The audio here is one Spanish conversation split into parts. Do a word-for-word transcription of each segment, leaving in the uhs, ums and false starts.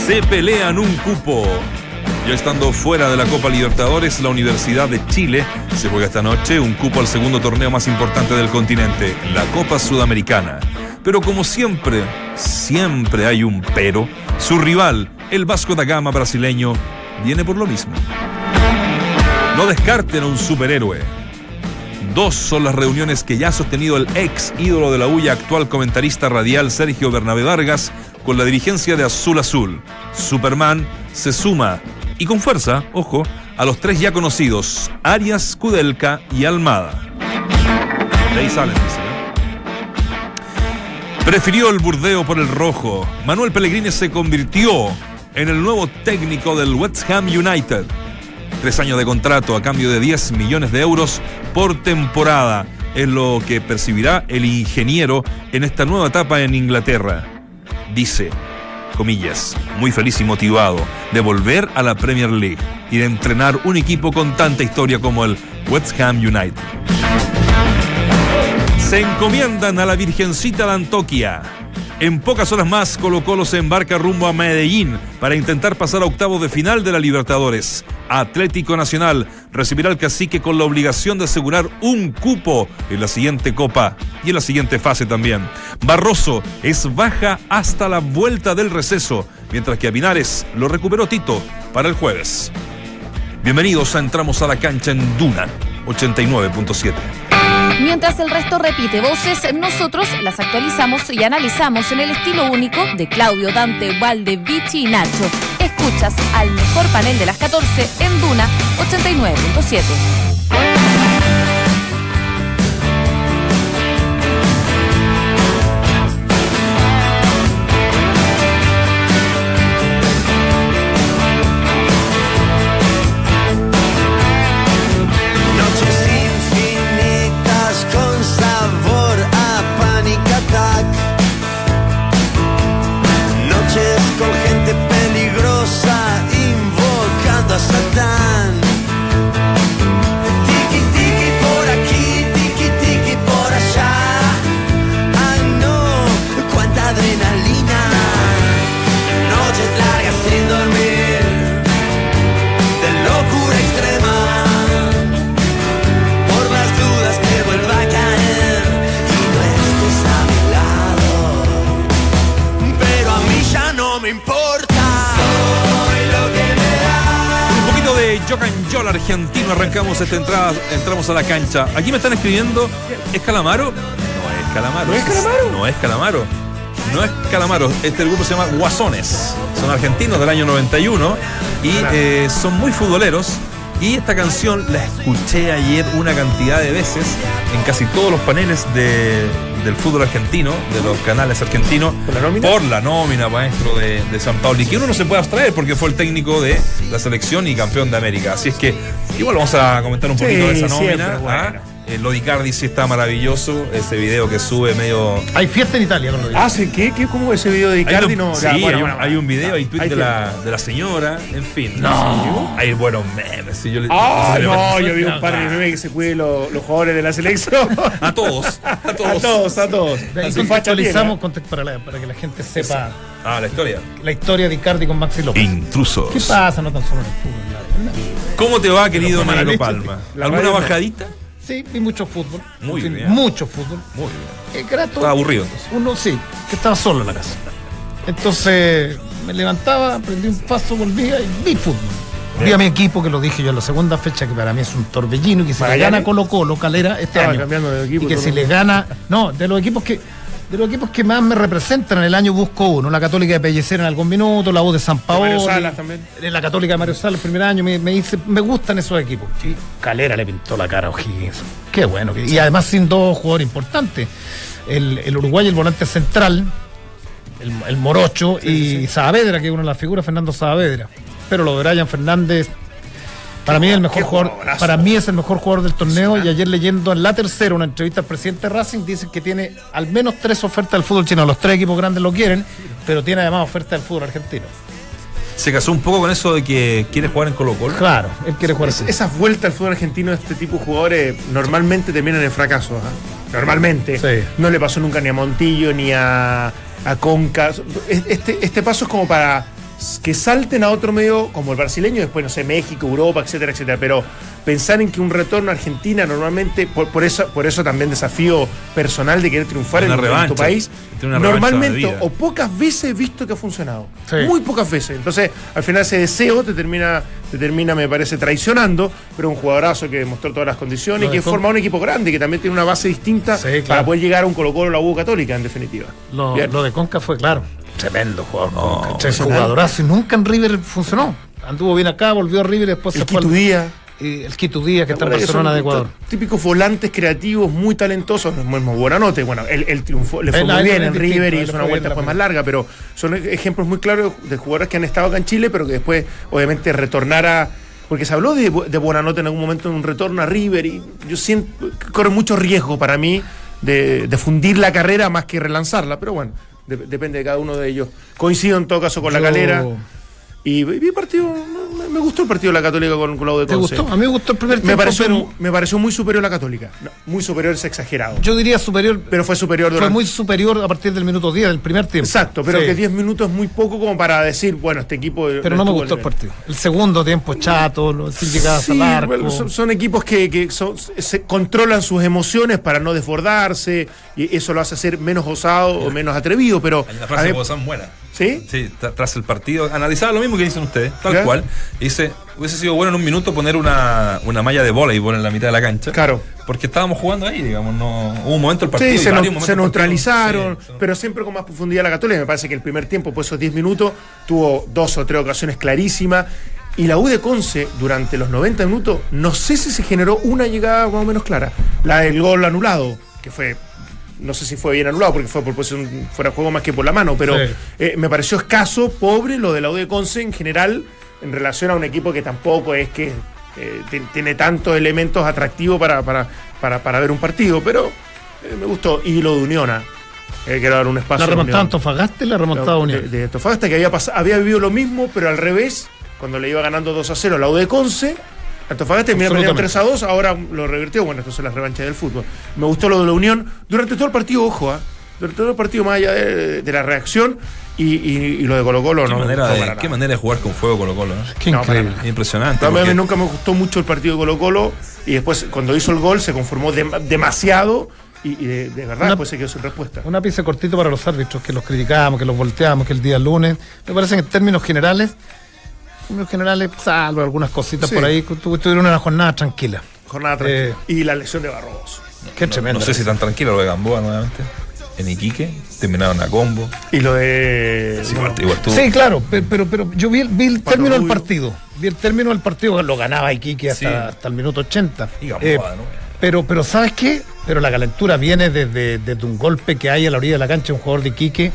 Se pelean un cupo. Ya estando fuera de la Copa Libertadores, la Universidad de Chile se juega esta noche un cupo al segundo torneo más importante del continente, la Copa Sudamericana. Pero como siempre, siempre hay un pero. Su rival, el Vasco da Gama brasileño, viene por lo mismo. No descarten a un superhéroe. Dos son las reuniones que ya ha sostenido el ex ídolo de la U y actual comentarista radial Sergio Bernabé Vargas con la dirigencia de Azul Azul. Superman se suma, y con fuerza, ojo, a los tres ya conocidos, Arias, Kudelka y Almada. De ahí salen, dice, ¿no? Prefirió el burdeo por el rojo. Manuel Pellegrini se convirtió en el nuevo técnico del West Ham United. Tres años de contrato a cambio de diez millones de euros por temporada. Es lo que percibirá el ingeniero en esta nueva etapa en Inglaterra. Dice, comillas, muy feliz y motivado de volver a la Premier League y de entrenar un equipo con tanta historia como el West Ham United. Se encomiendan a la Virgencita de Antoquia. En pocas horas más, Colo-Colo se embarca rumbo a Medellín para intentar pasar a octavos de final de la Libertadores. Atlético Nacional recibirá al Cacique con la obligación de asegurar un cupo en la siguiente Copa y en la siguiente fase también. Barroso es baja hasta la vuelta del receso, mientras que a Pinares lo recuperó Tito para el jueves. Bienvenidos a Entramos a la Cancha en Duna ochenta y nueve punto siete. Mientras el resto repite voces, nosotros las actualizamos y analizamos en el estilo único de Claudio, Dante, Valde, Vichy y Nacho. Escuchas al mejor panel de las catorce en Duna ochenta y nueve punto siete. Argentino, arrancamos esta entrada, entramos a la cancha. Aquí me están escribiendo, ¿es Calamaro? No es Calamaro. ¿No es Calamaro? No es Calamaro. No es Calamaro. Este grupo se llama Guasones. Son argentinos del año noventa y uno y eh, son muy futboleros. Y esta canción la escuché ayer una cantidad de veces en casi todos los paneles de, del fútbol argentino, de los canales argentinos. ¿Por la nómina? Por la nómina, maestro de, de San Pablo. Y que uno no se puede abstraer porque fue el técnico de la selección y campeón de América. Así es que igual vamos a comentar un poquito sí, de esa nómina. Siempre, bueno. ¿Ah? Eh, Lodi Cardi sí está maravilloso. Ese video que sube medio... Hay fiesta en Italia con Lodi. Ah, ¿sí? ¿Qué? ¿Qué? ¿Cómo ese video de Icardi? Hay, no, sí, ya, bueno, hay, un, bueno, hay bueno. un video, hay tweet Hay de que- la, de la señora, en fin. No. Hay buenos memes. Si yo le- Ah, si le- no, yo vi un par de No, memes que se cuiden los, los jugadores de la selección. A todos, a A todos. todos, a todos. De ahí Así facha contextualizamos context- para, la- para que la gente sepa Ah, la historia. la historia de Icardi con Maxi López. Intrusos. ¿Qué pasa? No tan solo en el fútbol. la- ¿Cómo te va, querido Pero Negro leche, Palma? la ¿Alguna radio no. bajadita? Sí, vi mucho fútbol. Muy En fin, bien. Mucho fútbol. Muy bien. Eh, grato. Estaba aburrido entonces. Uno sí, que estaba solo en la casa. Entonces me levantaba, prendí un paso, volvía y vi fútbol. Vi a mi equipo, que lo dije yo en la segunda fecha, que para mí es un torbellino, y que si le ¿Magallanes? gana Colo Colo, Calera, este Estaba año. cambiando de equipo y que todo si el le mundo. gana. No, de los equipos que. De los equipos que más me representan en el año busco uno. La Católica de Pellecer en algún minuto, la U de San Paolo. Mario Salas también. La Católica de Mario Salas el primer año. Me, me, dice, me gustan esos equipos. Sí, Calera le pintó la cara a O'Higgins. Qué bueno. Y además sin dos jugadores importantes. El, el Uruguay, el volante central, el, el Morocho, Sí, y sí, sí. Saavedra, que es una de las figuras, Fernando Saavedra. Pero lo de Brian Fernández, para mí es el mejor qué jugador, jugadorazo. para mí es el mejor jugador del torneo. Y ayer leyendo en la tercera una entrevista al presidente de Racing, dicen que tiene al menos tres ofertas del fútbol chino. Los tres equipos grandes lo quieren, pero tiene además ofertas del fútbol argentino. Se casó un poco con eso de que quiere jugar en Colo Colo. Claro, él quiere jugar Es- así. esas vueltas al fútbol argentino de este tipo de jugadores normalmente terminan en fracaso. ¿ah? Normalmente. Sí. No le pasó nunca ni a Montillo ni a, a Conca. Este, este paso es como para que salten a otro medio como el brasileño, después, no sé, México, Europa, etcétera, etcétera. Pero pensar en que un retorno a Argentina normalmente, por, por, eso, por eso también desafío personal de querer triunfar en, en tu país, normalmente o pocas veces he visto que ha funcionado. Sí. Muy pocas veces. Entonces, al final ese deseo te termina, te termina, me parece, traicionando, pero un jugadorazo que demostró todas las condiciones y que forma un equipo grande, que también tiene una base distinta, sí, claro, para poder llegar a un Colo-Colo o la U Católica, en definitiva. Lo, lo de Conca fue claro. Tremendo jugador. No, jugadorazo. Y nunca en River funcionó. Anduvo bien acá, volvió a River y después el se fue. Quito Díaz. El Quito Díaz, que está en Barcelona de Ecuador. Típicos volantes creativos, muy talentosos. No es muy Buenanote. Bueno, él, él triunfó, le fue el muy bien en River y hizo una vuelta después más larga, pero son ejemplos muy claros de jugadores que han estado acá en Chile, pero que después, obviamente, retornara. Porque se habló de, de Buenanote en algún momento en un retorno a River y yo siento que corre mucho riesgo para mí de, de fundir la carrera más que relanzarla, pero bueno. De, depende de cada uno de ellos. Coincido en todo caso con Yo... la Calera. Y vi partido, me, me gustó el partido de la Católica con, con la U de Conce. ¿Te gustó? A mí me gustó el primer tiempo. Me pareció, pero... me pareció muy superior la Católica. No, muy superior es exagerado. Yo diría superior. Pero fue superior durante... Fue muy superior a partir del minuto diez, del primer tiempo. Exacto, pero sí, que diez minutos es muy poco como para decir, bueno, este equipo. Pero no me gustó el, el partido. El segundo tiempo chato, no, sin llegadas sí, al arco. Bueno, son, son equipos que, que son, se controlan sus emociones para no desbordarse, y eso lo hace ser menos osado o menos atrevido, pero. Hay una frase de Bozán buena. ¿Sí? Sí, tras el partido, analizaba lo mismo que dicen ustedes, tal ¿Qué? cual. Dice, hubiese sido bueno en un minuto poner una, una malla de voleibol en la mitad de la cancha. Claro. Porque estábamos jugando ahí, digamos, no hubo un momento del partido. Sí, se, no, se Sí, neutralizaron, sí. Pero siempre con más profundidad la Católica. Me parece que el primer tiempo, pues esos diez minutos, tuvo dos o tres ocasiones clarísimas. Y la U de Conce, durante los noventa minutos, no sé si se generó una llegada más o menos clara. La del gol anulado, que fue... No sé si fue bien anulado porque fue por posición fuera de juego más que por la mano, pero sí. eh, me pareció escaso, pobre lo de la U de Conce en general en relación a un equipo que tampoco es que eh, t- tiene tantos elementos atractivos para, para, para, para ver un partido, pero eh, me gustó. Y lo de Uniona, eh, quiero dar un espacio. La remontada Antofagasta y la remontada Unión. De, de Antofagasta, que había, pas- había vivido lo mismo, pero al revés, cuando le iba ganando dos a cero a la U de Conce. Antofagasta terminó perdiendo tres a dos, ahora lo revirtió. Bueno, esto son las revanchas del fútbol. Me gustó lo de la Unión. Durante todo el partido, ojo, ¿eh? Durante todo el partido, más allá de, de la reacción y, y, y lo de Colo-Colo, ¿Qué no. Manera no de, ¿Qué manera de jugar con fuego Colo-Colo? ¿eh? Qué no, increíble. Impresionante. A mí nunca me gustó mucho el partido de Colo-Colo y después, cuando hizo el gol, se conformó de, demasiado y, y de, de verdad, una, después se quedó sin respuesta. Un ápice cortito para los árbitros, que los criticábamos, que los volteábamos, que el día lunes. Me parece que en términos generales. En los generales, salvo algunas cositas sí. por ahí, tuvieron una jornada tranquila. Jornada tranquila. Eh, y la lesión de Barroso. Qué no, tremendo. No sé si tan tranquilo lo de Gamboa nuevamente. En Iquique, terminaron a combo. Y lo de. Sí, no. igual tuvo... sí claro, pero, pero, pero yo vi, vi el término del partido. Vi el término del partido, lo ganaba Iquique hasta, sí. hasta el minuto ochenta. Y Gamboa, eh, ¿no? Pero, pero ¿sabes qué? Pero la calentura viene desde, desde un golpe que hay a la orilla de la cancha, un jugador de Iquique.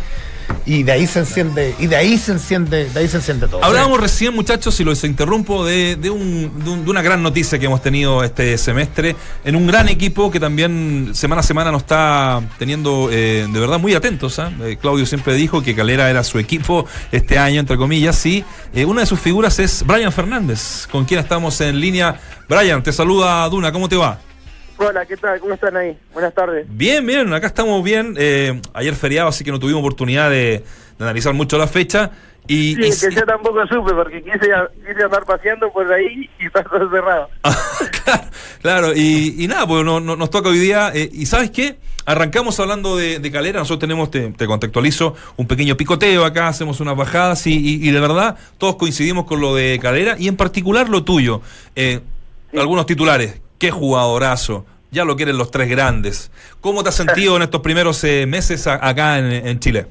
Y de ahí se enciende, y de ahí se enciende, de ahí se enciende todo. Hablábamos ¿sí? recién, muchachos, si los interrumpo, de, de, un, de, un, de una gran noticia que hemos tenido este semestre, en un gran equipo que también semana a semana nos está teniendo eh, de verdad muy atentos. ¿eh? Eh, Claudio siempre dijo que Calera era su equipo este año, entre comillas, y eh, una de sus figuras es Brian Fernández, con quien estamos en línea. Brian, te saluda Duna, ¿cómo te va? Hola, ¿qué tal? ¿Cómo están ahí? Buenas tardes. Bien, bien, acá estamos bien. Eh, ayer feriado, así que no tuvimos oportunidad de, de analizar mucho la fecha. Y, sí, y, que yo tampoco supe, porque quise, quise andar paseando por ahí y está todo cerrado. claro, claro, y, y nada, pues no, no, nos toca hoy día. Eh, ¿Y sabes qué? Arrancamos hablando de, de Calera. Nosotros tenemos, te, te contextualizo, un pequeño picoteo acá, hacemos unas bajadas y, y, y de verdad todos coincidimos con lo de Calera y en particular lo tuyo. Eh, sí. Algunos titulares. Qué jugadorazo, ya lo quieren los tres grandes. ¿Cómo te has sentido en estos primeros eh, meses a, acá en, en Chile?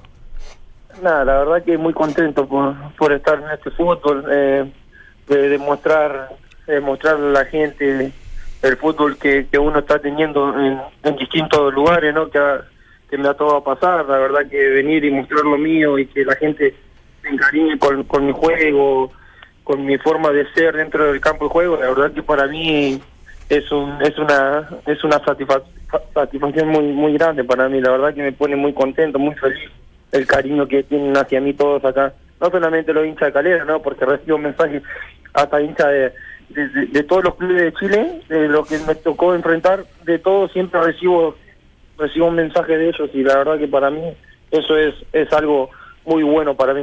Nada, la verdad que muy contento por, por estar en este fútbol, eh, de demostrar, demostrarle a la gente el fútbol que, que uno está teniendo en, en distintos lugares, ¿no? Que, que me ha todo a pasar, la verdad que venir y mostrar lo mío y que la gente se encariñe con, con mi juego, con mi forma de ser dentro del campo de juego, la verdad que para mí es un es una es una satisfac- satisfacción muy muy grande para mí, la verdad que me pone muy contento, muy feliz el cariño que tienen hacia mí todos acá, no solamente los hinchas de Calera, no, porque recibo mensajes hasta hinchas de, de, de, de todos los clubes de Chile, de lo que me tocó enfrentar, de todos siempre recibo recibo un mensaje de ellos y la verdad que para mí eso es es algo muy bueno para mí.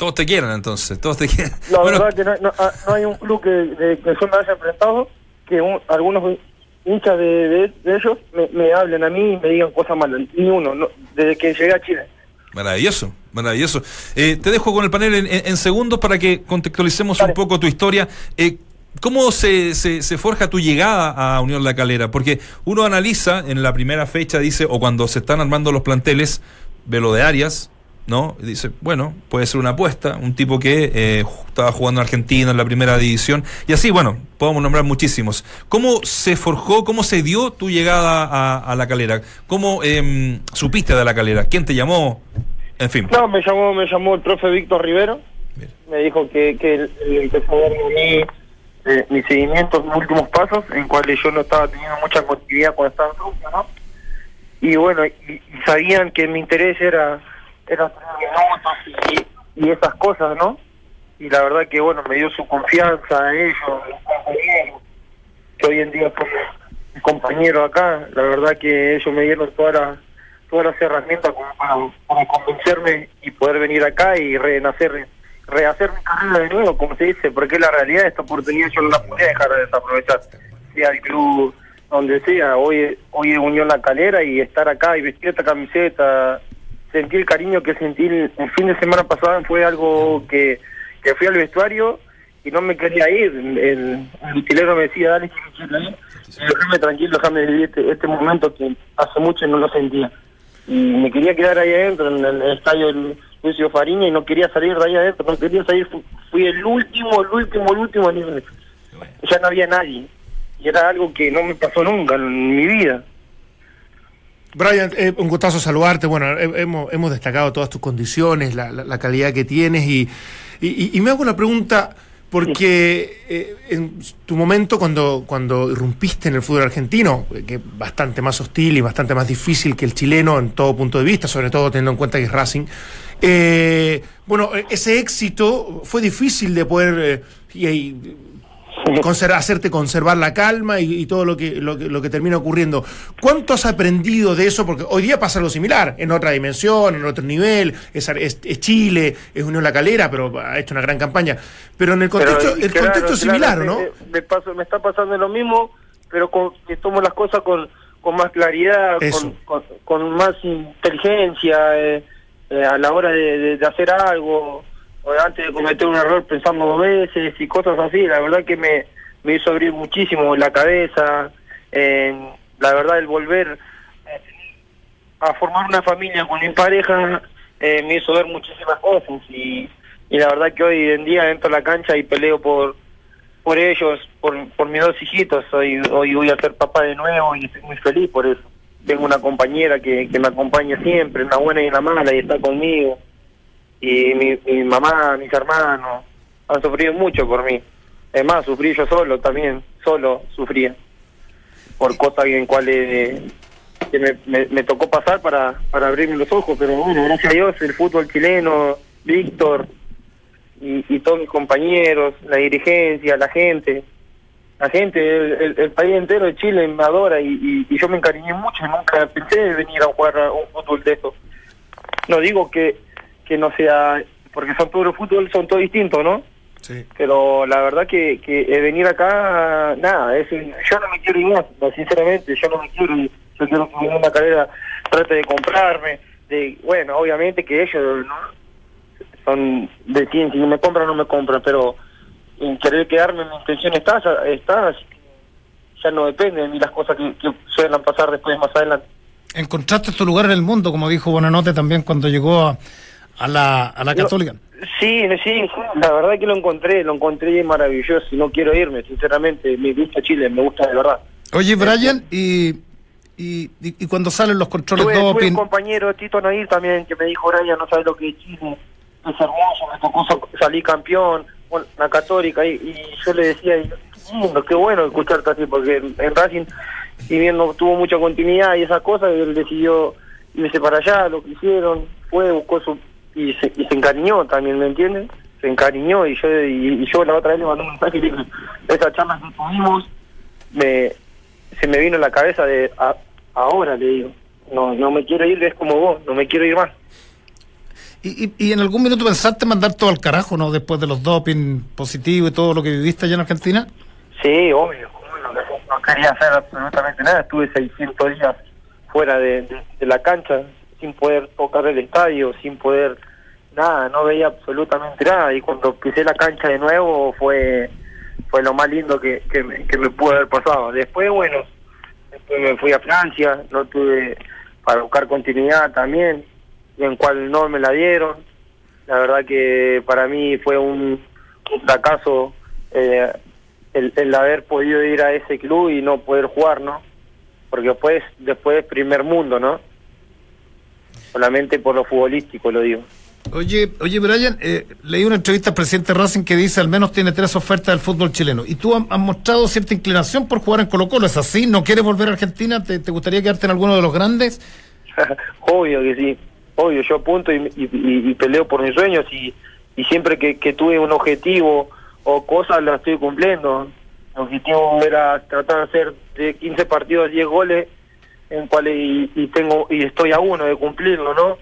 Todos te quieren entonces, todos te quieren. La Bueno, verdad que no, no, no hay un club que, de, que yo me haya enfrentado que un, algunos hinchas de, de, de ellos me, me hablen a mí y me digan cosas malas. Ni uno, no, desde que llegué a Chile. maravilloso, maravilloso. Eh, te dejo con el panel en, en, en segundos para que contextualicemos Vale. un poco tu historia. Eh, ¿Cómo se, se, se forja tu llegada a Unión La Calera? Porque uno analiza en la primera fecha, dice, o cuando se están armando los planteles, ve lo de Arias, ¿no? Y dice, bueno, puede ser una apuesta, un tipo que eh, estaba jugando en Argentina en la primera división, y así, bueno, podemos nombrar muchísimos. ¿Cómo se forjó, cómo se dio tu llegada a, a La Calera? ¿Cómo eh, supiste de La Calera? ¿Quién te llamó? En fin. No, me llamó, me llamó el profe Víctor Rivero. Bien. Me dijo que, que él empezó a darme a mí eh, mis seguimientos, mis últimos pasos, en cuales yo no estaba teniendo mucha continuidad cuando estaba en Rusia, ¿no? Y bueno, y, y sabían que mi interés era era minutos y, y esas cosas, ¿no? Y la verdad que, bueno, me dio su confianza a ellos, los compañeros, que hoy en día son mis compañeros acá. La verdad que ellos me dieron todas las todas las herramientas como para, para convencerme y poder venir acá y renacer, rehacer mi carrera de nuevo, como se dice, porque la realidad, esta oportunidad yo no la podía dejar de desaprovechar, sea el club, donde sea. Hoy, hoy es Unión La Calera y estar acá y vestir esta camiseta, sentir el cariño que sentí el fin de semana pasado fue algo que, que fui al vestuario y no me quería ir. El, el utilero me decía, dale, que quiero ir, y déjame tranquilo, déjame vivir este, este momento que hace mucho no lo sentía. Y me quería quedar ahí adentro, en el, el estadio Lucio Fariña, y no quería salir de ahí adentro, no quería salir, fui, fui el último, el último, el último nivel. Ya no había nadie, y era algo que no me pasó nunca en mi vida. Brian, eh, un gustazo saludarte. Bueno, eh, hemos, hemos destacado todas tus condiciones, la, la, la calidad que tienes, y, y, y me hago una pregunta, porque eh, en tu momento cuando, cuando irrumpiste en el fútbol argentino, que es bastante más hostil y bastante más difícil que el chileno en todo punto de vista, sobre todo teniendo en cuenta que es Racing, eh, bueno, ese éxito fue difícil de poder eh, y, y, Conserva, hacerte conservar la calma y, y todo lo que, lo que lo que termina ocurriendo. ¿Cuánto has aprendido de eso? Porque hoy día pasa algo similar, en otra dimensión, en otro nivel, es, es, es Chile, es Unión La Calera, pero ha hecho una gran campaña. Pero en el contexto, pero, el claro, contexto es similar, claro, ¿no? Me, me, paso, me está pasando lo mismo, pero con, que tomo las cosas con, con más claridad, con, con, con más inteligencia eh, eh, a la hora de, de, de hacer algo. O antes de cometer un error pensando dos veces y cosas así. La verdad que me, me hizo abrir muchísimo la cabeza. Eh, la verdad, el volver eh, a formar una familia con mi pareja eh, me hizo ver muchísimas cosas. Y, y la verdad que hoy en día entro a la cancha y peleo por por ellos, por, por mis dos hijitos. Hoy, hoy voy a ser papá de nuevo y estoy muy feliz por eso. Tengo una compañera que, que me acompaña siempre, una buena y una mala, y está conmigo. Y mi, mi mamá, mis hermanos han sufrido mucho por mí. Es más, sufrí yo solo también, solo sufría por cosas en cuales eh, que me, me, me tocó pasar para, para abrirme los ojos. Pero bueno, gracias a Dios, el fútbol chileno, Víctor y, y todos mis compañeros, la dirigencia, la gente, la gente, el, el, el país entero de Chile me adora, y, y, y yo me encariñé mucho. Nunca pensé de venir a jugar a un fútbol de eso. No digo que que no sea, porque son todos los fútbol, son todos distintos, ¿no? Sí. Pero la verdad que, que venir acá, nada, es, yo no me quiero ir más, sinceramente, yo no me quiero ir. Yo quiero que una carrera trate de comprarme, de, bueno, obviamente que ellos, ¿no? Son de quien, si me compran o no me compran, pero en querer quedarme, mi intención está, está, así que ya no depende de mí las cosas que, que suelen pasar después, más adelante. Encontraste tu lugar en el mundo, como dijo Buenanote también cuando llegó a a la a la Católica. Sí, sí, la verdad que lo encontré, lo encontré maravilloso y no quiero irme, sinceramente. Me gusta Chile, me gusta de verdad. Oye, Brian, y y, y, y cuando salen los controles tuve, doping... Tuve un compañero, Tito Nair, también, que me dijo, Brian, no sabes lo que es Chile, es hermoso, me tocó salir campeón, bueno, la Católica, y, y yo le decía, y, qué lindo, qué bueno escucharte así, porque en, en Racing, si bien no tuvo mucha continuidad y esas cosas, él decidió irse para allá, lo que hicieron, fue, buscó su... Y se, y se encariñó también, ¿me entiendes? Se encariñó, y yo y, y yo la otra vez le mandé un mensaje y le dije, esa charla que tuvimos, me, se me vino en la cabeza de, a, ahora le digo, no no me quiero ir, es como vos, no me quiero ir más. ¿Y, y, y en algún minuto pensaste mandar todo al carajo, no? Después de los doping positivos y todo lo que viviste allá en Argentina. Sí, obvio. No, no quería hacer absolutamente nada. Estuve seiscientos días fuera de, de, de la cancha, sin poder tocar el estadio, sin poder nada, no veía absolutamente nada. Y cuando pisé la cancha de nuevo fue fue lo más lindo que, que, me, que me pudo haber pasado. Después, bueno, después me fui a Francia, no tuve para buscar continuidad también, y en cual no me la dieron. La verdad que para mí fue un, un fracaso eh, el, el haber podido ir a ese club y no poder jugar, ¿no? Porque después, después primer mundo, ¿no? Solamente por lo futbolístico lo digo. Oye, oye Brian, eh, leí una entrevista al presidente Racing que dice al menos tiene tres ofertas del fútbol chileno. Y tú has, has mostrado cierta inclinación por jugar en Colo-Colo, ¿es así? ¿No quieres volver a Argentina? ¿Te, te gustaría quedarte en alguno de los grandes? Obvio que sí, obvio, yo apunto y, y, y, y peleo por mis sueños y, y siempre que, que tuve un objetivo o cosas las estoy cumpliendo. El objetivo era tratar de hacer de quince partidos diez goles, en cuales y, y tengo y estoy a uno de cumplirlo, ¿no?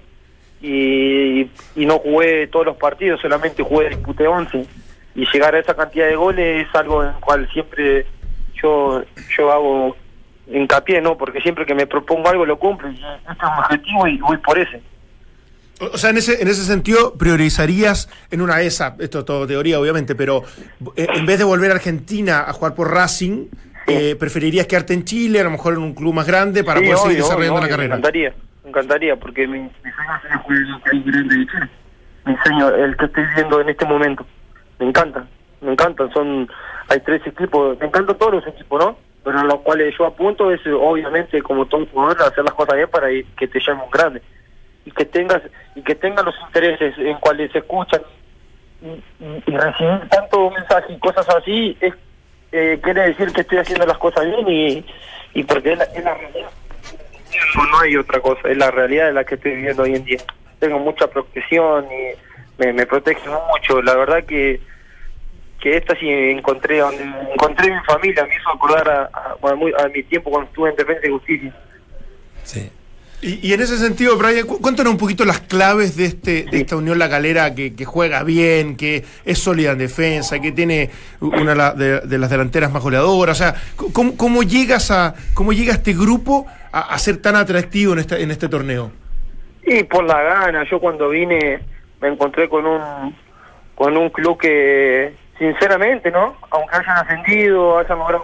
Y, y no jugué todos los partidos, solamente jugué, disputé once, y llegar a esa cantidad de goles es algo en el cual siempre yo yo hago hincapié, ¿no? Porque siempre que me propongo algo lo cumplo, y este es mi objetivo y voy por ese. O sea, en ese en ese sentido, priorizarías en una esa, esto es todo teoría obviamente, pero eh, en vez de volver a Argentina a jugar por Racing, sí. eh, preferirías quedarte en Chile, a lo mejor en un club más grande, para sí, poder obvio, seguir desarrollando obvio, la carrera. Me encantaría, me encantaría, porque mi, mi sueño es jugar en un país grande de Chile. Mi sueño, el que estoy viviendo en este momento. Me encanta, me encantan, son, hay tres equipos, me encantan todos los equipos, ¿no? Pero a los cuales yo apunto es, obviamente, como todo jugador, hacer las cosas bien para que te llamen un grande. Y que tengas y que tengan los intereses en cuales se escuchan y, y, y recibir tanto mensaje y cosas así es eh, quiere decir que estoy haciendo las cosas bien y, y porque es la, es la realidad, no, no hay otra cosa, es la realidad de la que estoy viviendo hoy en día. Tengo mucha protección y me, me protege mucho. La verdad que que esta sí encontré donde encontré mi familia, me hizo acordar a, a, a, muy, a mi tiempo cuando estuve en Defensa y Justicia. Sí. Y, y en ese sentido, Brian, cu cuéntanos un poquito las claves de este de esta Unión La Calera que, que juega bien, que es sólida en defensa, que tiene una de, de las delanteras más goleadoras. O sea, ¿cómo, cómo llegas a cómo llega este grupo a, a ser tan atractivo en este en este torneo? Y por la gana. Yo cuando vine me encontré con un con un club que, sinceramente, ¿no? Aunque hayan ascendido, hayan logrado,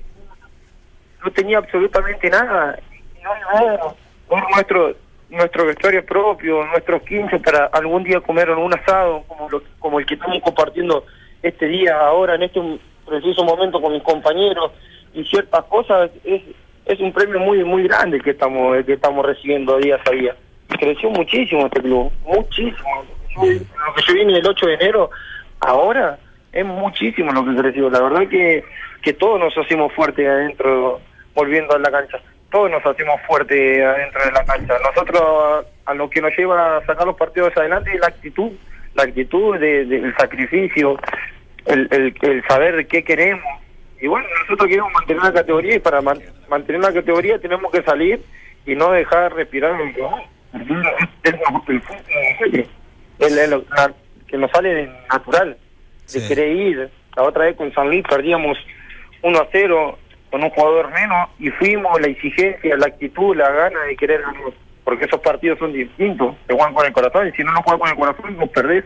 no tenía absolutamente nada. Y no, no, por nuestro nuestro vestuario propio, nuestros quince para algún día comer un asado como lo, como el que estamos compartiendo este día, ahora en este preciso momento con mis compañeros y ciertas cosas, es es un premio muy muy grande que estamos que estamos recibiendo día a día. Y creció muchísimo este club, muchísimo. Yo, lo que yo vine el ocho de enero, ahora es muchísimo lo que creció. La verdad que que todos nos hacemos fuertes adentro, volviendo a la cancha. Todos nos hacemos fuerte adentro de la cancha. Nosotros, a, a lo que nos lleva a sacar los partidos adelante es la actitud, la actitud de, de, del sacrificio, el, el, el saber qué queremos. Y bueno, nosotros queremos mantener la categoría y para man, mantener la categoría tenemos que salir y no dejar respirar el fútbol. Es el fútbol el, el, la, que nos sale natural, de sí. Querer ir. La otra vez con San Luis perdíamos uno a cero con un jugador menos y fuimos, la exigencia, la actitud, la gana de querer ganar, porque esos partidos son distintos, se juegan con el corazón y si no no juegas con el corazón no perdés.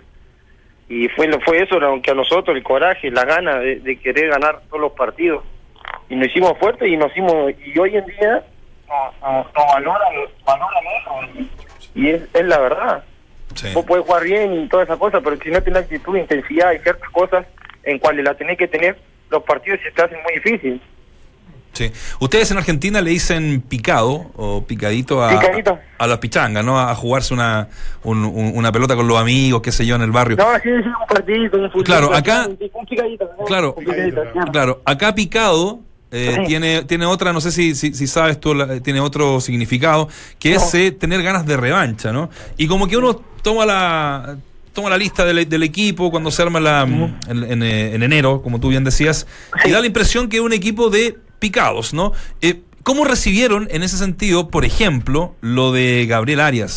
Y fue fue eso lo que a nosotros, el coraje, la gana de, de querer ganar todos los partidos, y nos hicimos fuertes y nos hicimos, y hoy en día nos no, no valoran, valoran eso, y es, es la verdad. Sí. Vos podés jugar bien y todas esas cosas, pero si no tenés actitud, intensidad y ciertas cosas en cuales la tenés que tener, los partidos se te hacen muy difíciles. Sí. Ustedes en Argentina le dicen picado o picadito a, picadito. a, a las pichangas, ¿no? A jugarse una un, un, una pelota con los amigos, qué sé yo, en el barrio. No, sí, sí, un partidito, un fútbol. Claro, acá, un picadito. ¿No? Claro, un picadito, claro. claro, acá picado eh, sí. tiene tiene otra, no sé si si, si sabes tú, la, tiene otro significado, que no. es eh, tener ganas de revancha, ¿no? Y como que uno toma la toma la lista del, del equipo cuando se arma la uh-huh. en, en, en enero, como tú bien decías, sí. y da la impresión que es un equipo de picados, ¿no? Eh, ¿Cómo recibieron en ese sentido, por ejemplo, lo de Gabriel Arias?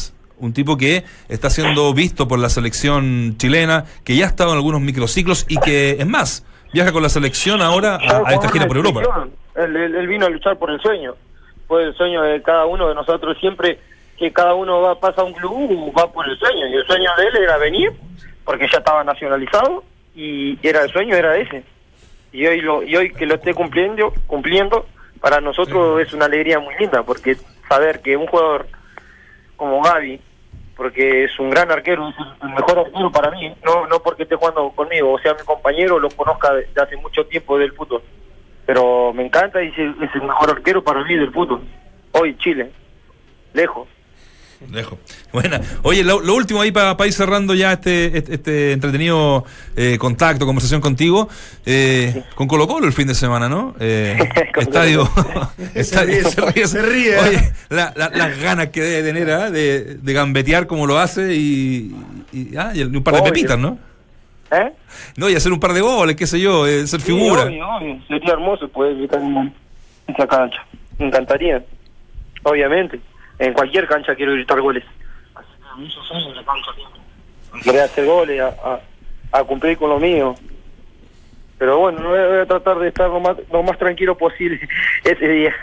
un tipo que está siendo visto por la selección chilena, que ya ha estado en algunos microciclos y que, es más, viaja con la selección ahora a, a esta gira por Europa. Él, él, él vino a luchar por el sueño. Fue el sueño de cada uno de nosotros. Siempre que cada uno va pasa a un club, va por el sueño. Y el sueño de él era venir, porque ya estaba nacionalizado, y era el sueño, era ese. Y hoy, lo, y hoy que lo esté cumpliendo, cumpliendo, para nosotros es una alegría muy linda, porque saber que un jugador como Gaby, porque es un gran arquero, es el mejor arquero para mí, no no porque esté jugando conmigo, o sea, mi compañero lo conozca de, de hace mucho tiempo del fútbol, pero me encanta y es el, es el mejor arquero para mí del fútbol. Hoy Chile, lejos. Lejos. Bueno, oye, lo, lo último ahí para pa ir cerrando ya este, este, este entretenido eh, contacto, conversación contigo, eh, sí. Con Colo Colo el fin de semana, ¿no? Eh, estadio, estadio se ríe, se ríe. Oye, la, la, las ganas que debe tener ¿eh? de, de gambetear como lo hace y, y, ah, y un par de obvio. Pepitas, ¿no? ¿Eh? No, y hacer un par de goles, qué sé yo, eh, ser figura. Sí, obvio, obvio. Sería hermoso poder visitar esa cancha. Me encantaría, obviamente. En cualquier cancha quiero gritar goles. Así que muchos años en la cancha quiero hacer goles, a, a, a cumplir con lo mío. Pero bueno, voy a, voy a tratar de estar lo más, lo más tranquilo posible ese día.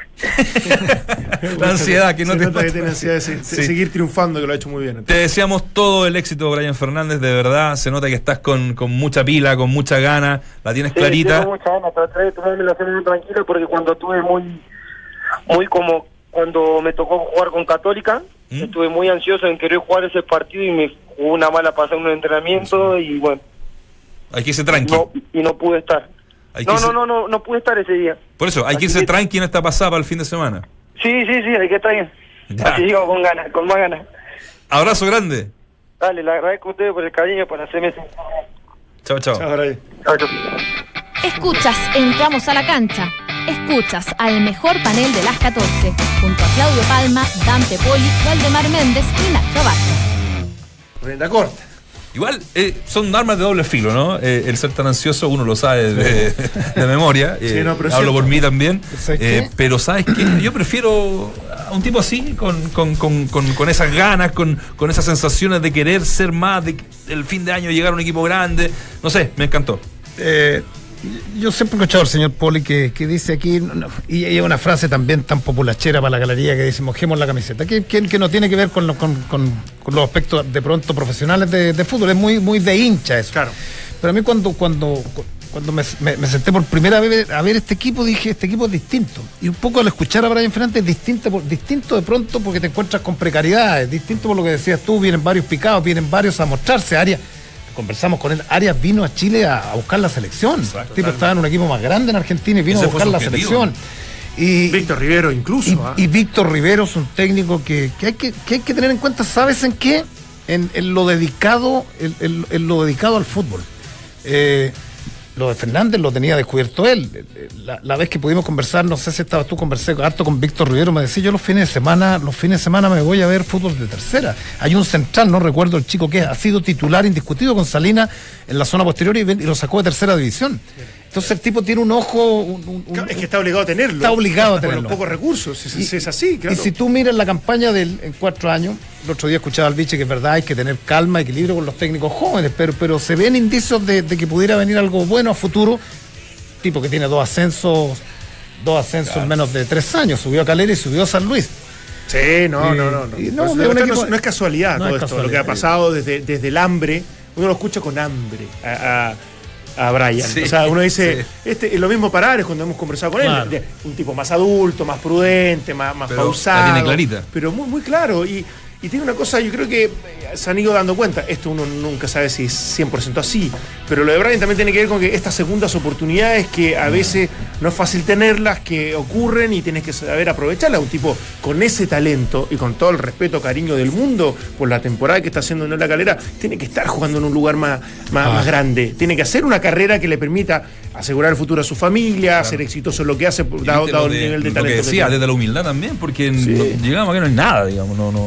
La ansiedad, que no se te nota que tiene ansiedad de, se, sí. seguir triunfando, que lo ha hecho muy bien. Entonces. Te deseamos todo el éxito, Brian Fernández, de verdad. Se nota que estás con, con mucha pila, con mucha gana, la tienes sí, clarita. Tengo mucha gana, traté de tomarme la semana tranquila, porque cuando estuve muy, muy como... Cuando me tocó jugar con Católica, ¿Mm? estuve muy ansioso en querer jugar ese partido y me jugó una mala pasada en un entrenamiento sí. y bueno. Hay que irse tranquilo. No, y no pude estar. Hay no, no, no, no, no, no pude estar ese día. Por eso, hay Así que irse que... tranqui en esta pasada para el fin de semana. Sí, sí, sí, hay que estar bien. Ya. Así digo, con ganas, con más ganas. Abrazo grande. Dale, le agradezco a ustedes por el cariño, por hacerme sentir. Chao, chao. Chao, chao. chao. Escuchas, entramos a la cancha. Escuchas al mejor panel de las catorce, junto a Claudio Palma, Dante Poli, Waldemar Méndez y Nacho Vázquez. Prenda corta. Igual eh, son armas de doble filo, ¿no? Eh, el ser tan ansioso uno lo sabe de, de memoria. Eh, sí, no, hablo cierto. Por mí también. Eh, pero ¿sabes qué? Yo prefiero a un tipo así, con, con, con, con, con esas ganas, con, con esas sensaciones de querer ser más, de el fin de año llegar a un equipo grande. No sé, me encantó. Eh... Yo siempre he escuchado al señor Poli que, que dice aquí, no, y hay una frase también tan populachera para la galería que dice: mojemos la camiseta, que, que, que no tiene que ver con, lo, con, con, con los aspectos de pronto profesionales de, de fútbol, es muy, muy de hincha eso. Claro. Pero a mí cuando, cuando, cuando me, me, me senté por primera vez a ver este equipo, dije, este equipo es distinto. Y un poco al escuchar a Brian Fernández, es distinto, por, distinto de pronto porque te encuentras con precariedades, distinto por lo que decías tú, vienen varios picados, vienen varios a mostrarse, Arias. Conversamos con él, Arias vino a Chile a, a buscar la selección. Exacto, el tipo estaba en un equipo más grande en Argentina y vino Ese a buscar la selección. Y, Víctor Rivero incluso. Y, ¿eh? y Víctor Rivero es un técnico que, que, hay, que, que hay que tener en cuenta, ¿sabes en qué? En, en lo dedicado, en, en, en lo dedicado al fútbol. Eh, lo de Fernández lo tenía descubierto él. La, la vez que pudimos conversar, no sé si estabas tú, conversé harto con Víctor Rivero, me decía, yo los fines de semana, los fines de semana me voy a ver fútbol de tercera. Hay un central, no recuerdo el chico que ha sido titular indiscutido con Salinas en la zona posterior y, y lo sacó de tercera división. Entonces el tipo tiene un ojo... Un, un, es que está obligado a tenerlo. Está obligado a tenerlo. Con pocos recursos, es, y, es así, claro. Y si tú miras la campaña de él en cuatro años, el otro día escuchaba al Vichy que es verdad, hay que tener calma, equilibrio con los técnicos jóvenes, pero, pero se ven indicios de, de que pudiera venir algo bueno a futuro, tipo que tiene dos ascensos, dos ascensos claro. en menos de tres años, subió a Calera y subió a San Luis. Sí, no, y, no, no. no. Y no, no, no, equipo, no, no es casualidad no todo es esto, casualidad. Lo que ha pasado desde, desde el hambre, uno lo escucha con hambre a... a a Brian, sí, o sea, uno dice, sí. este es lo mismo para Ares cuando hemos conversado con claro. él, un tipo más adulto, más prudente, más, más pero pausado, la tiene clarita. Pero muy, muy claro, y, y tiene una cosa, yo creo que se han ido dando cuenta, esto uno nunca sabe si es cien por ciento así, pero lo de Brian también tiene que ver con que estas segundas oportunidades que a veces no es fácil tenerlas, que ocurren y tienes que saber aprovecharlas. Un tipo con ese talento y con todo el respeto, cariño del mundo por la temporada que está haciendo en La Calera, tiene que estar jugando en un lugar más, más, ah. más grande, tiene que hacer una carrera que le permita asegurar el futuro a su familia, claro. ser exitoso en lo que hace, dado, dado de, el nivel de lo talento que decía, que desde la humildad también, porque sí. no, llegamos a que no es nada, digamos, no, no, no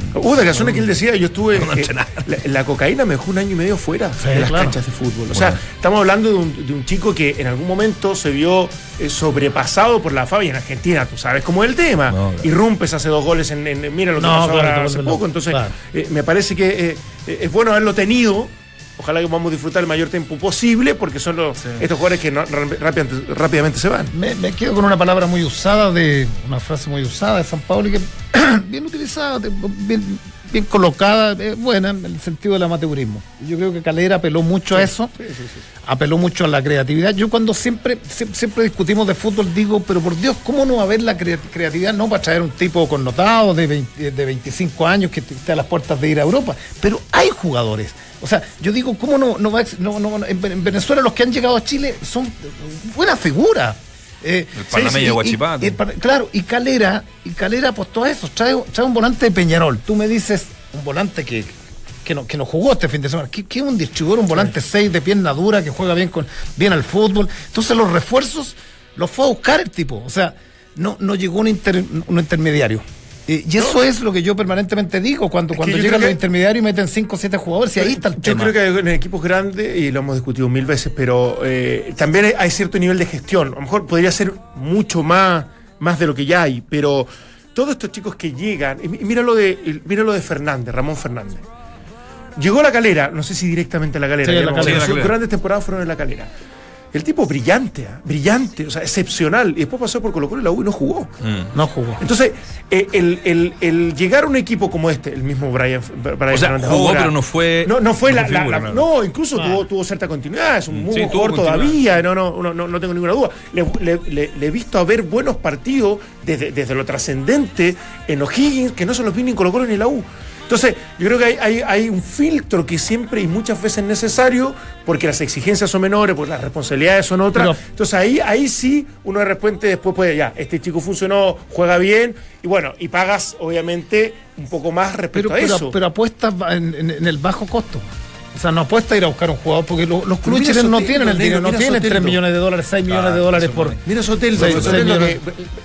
Hubo declaraciones que él decía, yo estuve, no, eh, la, la cocaína me dejó un año y medio fuera sí, de las claro. canchas de fútbol. O bueno. sea, estamos hablando de un, de un chico que en algún momento se vio eh, sobrepasado por la F A B y en Argentina, tú sabes cómo es el tema. No, claro. Irrumpes, hace dos goles en, en mira lo que no, pasó claro, ahora hace poco. Entonces, claro. eh, me parece que eh, es bueno haberlo tenido. Ojalá que podamos disfrutar el mayor tiempo posible, porque son los, sí. estos jugadores que no, rápidamente, rápidamente se van. Me, me quedo con una palabra muy usada, de una frase muy usada de San Paolo, que bien utilizada, bien, bien colocada, eh, buena, en el sentido del amateurismo. Yo creo que Calera apeló mucho sí. a eso, sí, sí, sí. apeló mucho a la creatividad. Yo cuando siempre, siempre discutimos de fútbol digo, pero por Dios, ¿cómo no va a haber la creatividad? No para traer un tipo connotado de, veinte, de veinticinco años que esté a las puertas de ir a Europa, pero hay jugadores. O sea, yo digo, ¿cómo no, no va no, no, en Venezuela los que han llegado a Chile son buenas figuras? Eh, el panameño de Huachipato. Y, y, claro, y Calera, y Calera apostó a eso, trae, trae un volante de Peñarol. Tú me dices, un volante que, que, no, que no jugó este fin de semana, que es un distribuidor, un volante seis sí. de pierna dura, que juega bien, con, bien al fútbol. Entonces los refuerzos los fue a buscar el tipo. O sea, no, no llegó un, inter, un intermediario. Y eso no. es lo que yo permanentemente digo, cuando, cuando llegan los intermediarios y meten cinco o siete jugadores, y ahí está el yo tema. Yo creo que en equipos grandes, y lo hemos discutido mil veces, pero eh, también hay cierto nivel de gestión. A lo mejor podría ser mucho más, más de lo que ya hay, pero todos estos chicos que llegan, y mira lo de, mira lo de Fernández, Ramón Fernández. Llegó a La Calera, no sé si directamente a La Calera, sí, la calera. Sus grandes temporadas fueron en La Calera. El tipo brillante, ¿eh? brillante, o sea, excepcional. Y después pasó por Colo-Colo y la U y no jugó. Mm. No jugó. Entonces, eh, el, el, el llegar a un equipo como este, el mismo Brian, Brian o sea, Fernández jugó, ahora, pero no fue. No, no fue no la. fue figura, la, la no. no, incluso ah. tuvo, tuvo cierta continuidad. Es un muy sí, buen jugador todavía. No, no, no, no, no tengo ninguna duda. Le, le, le, le he visto a ver buenos partidos desde, desde lo trascendente en O'Higgins, que no se los vi ni en Colo-Colo ni en la U. Entonces, yo creo que hay, hay, hay un filtro que siempre y muchas veces es necesario, porque las exigencias son menores, porque las responsabilidades son otras. Pero, Entonces, ahí, ahí sí uno de repente después puede, ya, este chico funcionó, juega bien, y bueno, y pagas, obviamente, un poco más respecto pero, a pero, eso. Pero apuestas en, en, en el bajo costo. O sea, no apuesta a ir a buscar un jugador, porque los, los clubes chilenos no tienen el dinero, no tienen tres millones de dólares, seis millones de dólares por... Mira Soteldo, Soteldo que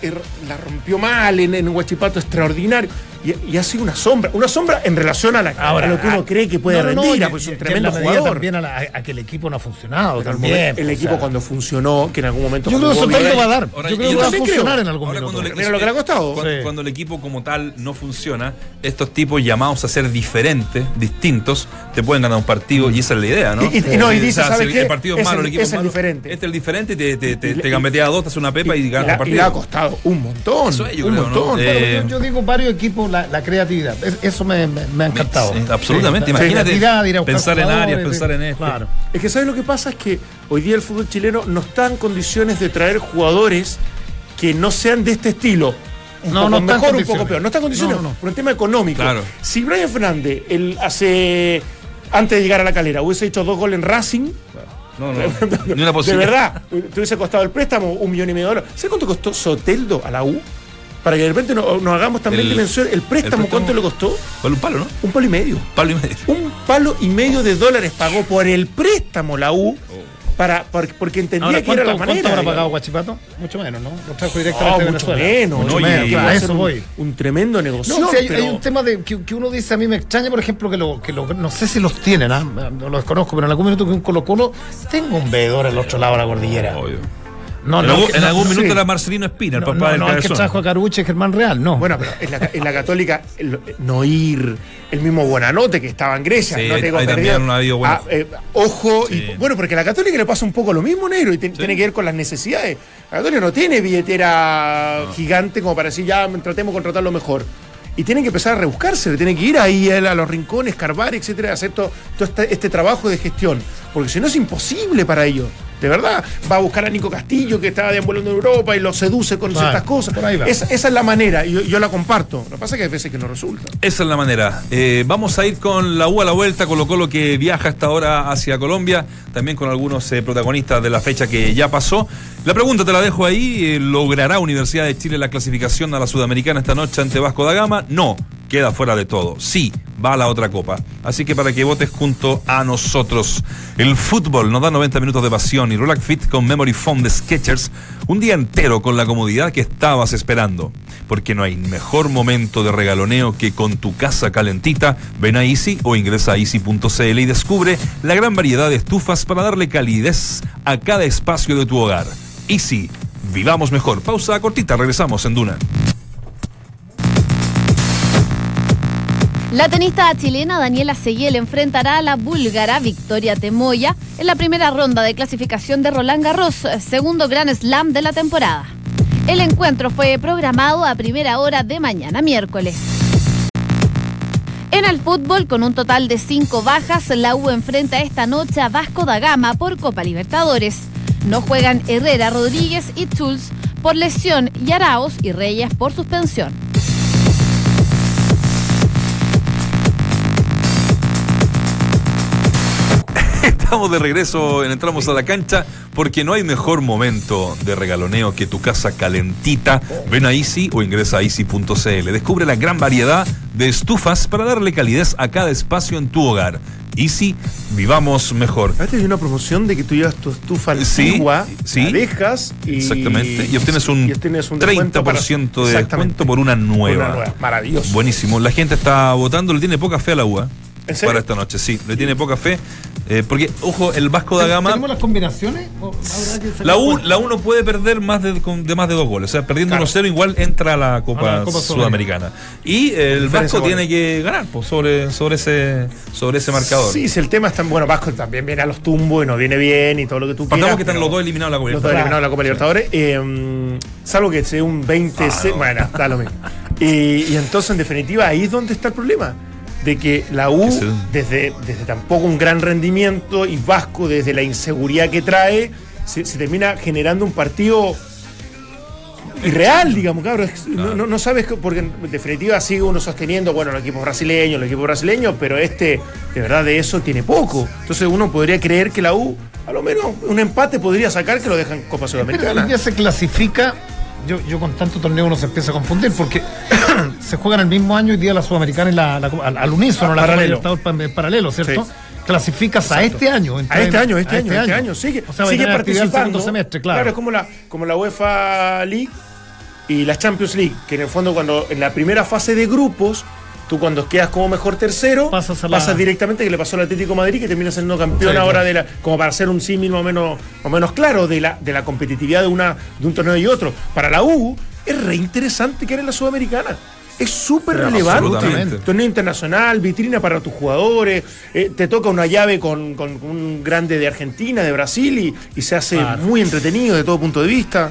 la rompió mal en, en Huachipato, extraordinario. Y, y ha sido una sombra, una sombra en relación a, la, Ahora, a lo que uno cree que puede no, no, rendir, no, pues es un tremendo jugador. También a, la, a que el equipo no ha funcionado. También, el equipo sea, cuando funcionó, que en algún momento... Yo creo que Soteldo va a dar, ahora, yo creo que va a funcionar creo. en algún Ahora, momento. Le, Mira lo que le ha costado. Cuando, sí. cuando el equipo como tal no funciona, estos tipos llamados a ser diferentes, distintos, te pueden ganar un partido, y esa es la idea, ¿no? Y, y, y no, y dice, o sea, ¿sabes si qué? El partido es malo, el equipo es malo. Diferente. Este es el diferente y te, te, te, te gambetea dos, te hace una pepa y, y ganas el partido. Y le ha costado un montón. Eso es, yo un creo, montón. ¿no? Eh, yo, yo digo varios equipos, la, la creatividad. Eso me, me, me ha encantado. Sí, absolutamente. Sí, Imagínate pensar en áreas, pensar en esto. Claro. Es que ¿sabes lo que pasa? Es que hoy día el fútbol chileno no está en condiciones de traer jugadores que no sean de este estilo. Un no, poco no mejor, un poco peor. No está en condiciones no, no. por un tema económico. Claro. Si Brian Fernández, él hace antes de llegar a La Calera, hubiese hecho dos goles en Racing. No, no, ni una posibilidad. De verdad, te hubiese costado el préstamo un millón y medio de dólares. ¿Sabes cuánto costó Soteldo a la U? Para que de repente nos, nos hagamos también el, dimensión. ¿El préstamo, el préstamo cuánto le costó? Fue un palo, ¿no? Un palo y medio. Palo y medio. Un palo y medio de dólares pagó por el préstamo la U. Oh. Para, por, porque entendía Ahora, que era la manera. ¿Cuánto habrá pagado Huachipato? Mucho menos, ¿no? Lo trajo directamente no, de mucho Venezuela. menos. Mucho Oye, menos. Claro, a eso voy. Un, un tremendo negocio. No, o sea, hay, pero... hay un tema de que, que uno dice, a mí me extraña, por ejemplo, que, lo, que lo, no sé si los tienen, ¿eh? No los desconozco, pero en algún minuto que un Colo-Colo tengo un veedor al otro lado de la cordillera. Obvio. No, en, no, algún, no, en algún no, minuto sí. era Marcelino Espina, el no, papá no, del no, cabezón. el que trajo a Caruche es Germán Real, no. Bueno, pero en la, en la Católica, el, no ir, el mismo Buenanote que estaba en Grecia, sí, no tengo ahí perdido. No ha habido bueno. ah, eh, ojo, sí. y, bueno, porque a la Católica le pasa un poco lo mismo, negro, y te, sí. tiene que ver con las necesidades. La Católica no tiene billetera no. gigante como para decir, ya tratemos de contratar lo mejor. Y tienen que empezar a rebuscarse, tienen que ir ahí a los rincones, escarbar, etcétera, hacer todo, todo este, este trabajo de gestión. Porque si no es imposible para ellos. De verdad, va a buscar a Nico Castillo, que estaba deambulando en Europa y lo seduce con vale, ciertas cosas. Por ahí va. Esa, esa es la manera, y yo, yo la comparto. Lo que pasa es que hay veces que no resulta. Esa es la manera. Eh, vamos a ir con la U a la vuelta, Colo-Colo que viaja hasta ahora hacia Colombia, también con algunos eh, protagonistas de la fecha que ya pasó. La pregunta te la dejo ahí. Eh, ¿Logrará Universidad de Chile la clasificación a la Sudamericana esta noche ante Vasco da Gama? No, queda fuera de todo. Sí, va a la otra copa. Así que para que votes junto a nosotros. El fútbol nos da noventa minutos de pasión y Relax Fit con Memory Foam de Skechers, un día entero con la comodidad que estabas esperando. porque no hay mejor momento de regaloneo que con tu casa calentita. Ven a Easy o ingresa a easy punto c l y descubre la gran variedad de estufas para darle calidez a cada espacio de tu hogar. Easy, vivamos mejor. Pausa cortita, regresamos en Duna. La tenista chilena Daniela Seguiel enfrentará a la búlgara Victoria Temoya en la primera ronda de clasificación de Roland Garros, segundo Grand Slam de la temporada. El encuentro fue programado a primera hora de mañana miércoles. En el fútbol, con un total de cinco bajas, la U enfrenta esta noche a Vasco da Gama por Copa Libertadores. No juegan Herrera, Rodríguez y Schultz por lesión y Arauz y Reyes por suspensión. Estamos de regreso en Entramos a la Cancha, porque no hay mejor momento de regaloneo que tu casa calentita. Ven a Easy o ingresa a easy punto c l. Descubre la gran variedad de estufas para darle calidez a cada espacio en tu hogar. Easy, vivamos mejor. Ahora hay una promoción de que tú llevas tu estufa Sí, antigua, sí. la dejas y, Exactamente. Y obtienes un, y obtienes un treinta por ciento de descuento por una nueva. Una nueva. Maravilloso. Buenísimo. La gente está votando, le tiene poca fe a la U A. ¿En serio? Para esta noche, sí. Le tiene poca fe. Eh, porque, ojo, el Vasco da Gama. ¿Tenemos las combinaciones? ¿O habrá que sacar La U, cuenta? la U no puede perder más de, con- de más de dos goles. O sea, perdiendo Claro. uno cero igual entra a la Copa, A la Copa Sudamericana. Y el Diferencia Vasco goles. tiene que ganar pues, sobre, sobre, ese, sobre ese marcador. Sí, si el tema es tan bueno, Vasco también viene a los tumbos y no viene bien y todo lo que tú quieras. Partamos que están pero los dos eliminados de la Copa los dos Libertadores. eliminados de la Copa Libertadores. Eh, salvo que sea un veinte. Ah, no. Bueno, da lo mismo. Y, y entonces, en definitiva, ahí es donde está el problema. De que la U, Que se- desde, desde tampoco un gran rendimiento, y Vasco, desde la inseguridad que trae, se, se termina generando un partido irreal, digamos, cabrón. Es- No, no, no sabes, que- porque en definitiva sigue uno sosteniendo, bueno, los equipos brasileños, los equipos brasileños, pero este, de verdad, de eso tiene poco. Entonces uno podría creer que la U, a lo menos un empate podría sacar que lo dejan Copa Pero hoy Sudamericana. día se clasifica. Yo, yo con tanto torneo uno se empieza a confundir porque se juegan el mismo año hoy día la Sudamericana y la, la Copa- al, al unísono, Ah, la Copa paralelo. Libertadores pa- en paralelo, ¿cierto? Sí. Clasificas a este año. entra A este en- año, este a año, este año, sigue, O sea, va a sigue tener actividad el participando. segundo semestre, claro. es como la, como la UEFA League y la Champions League, que en el fondo cuando en la primera fase de grupos, tú cuando quedas como mejor tercero, Pasas pasas, a la- directamente, que le pasó al Atlético de Madrid, que termina siendo campeón Sí, ahora claro. de la, como para hacer un símil más o menos, más o menos claro de la, de la competitividad de una, de un torneo y otro. Para la U es re interesante que era en la Sudamericana. Es súper Pero relevante. absolutamente. Torneo internacional, vitrina para tus jugadores, eh, te toca una llave con, con un grande de Argentina, de Brasil, y, y se hace Claro. muy entretenido de todo punto de vista.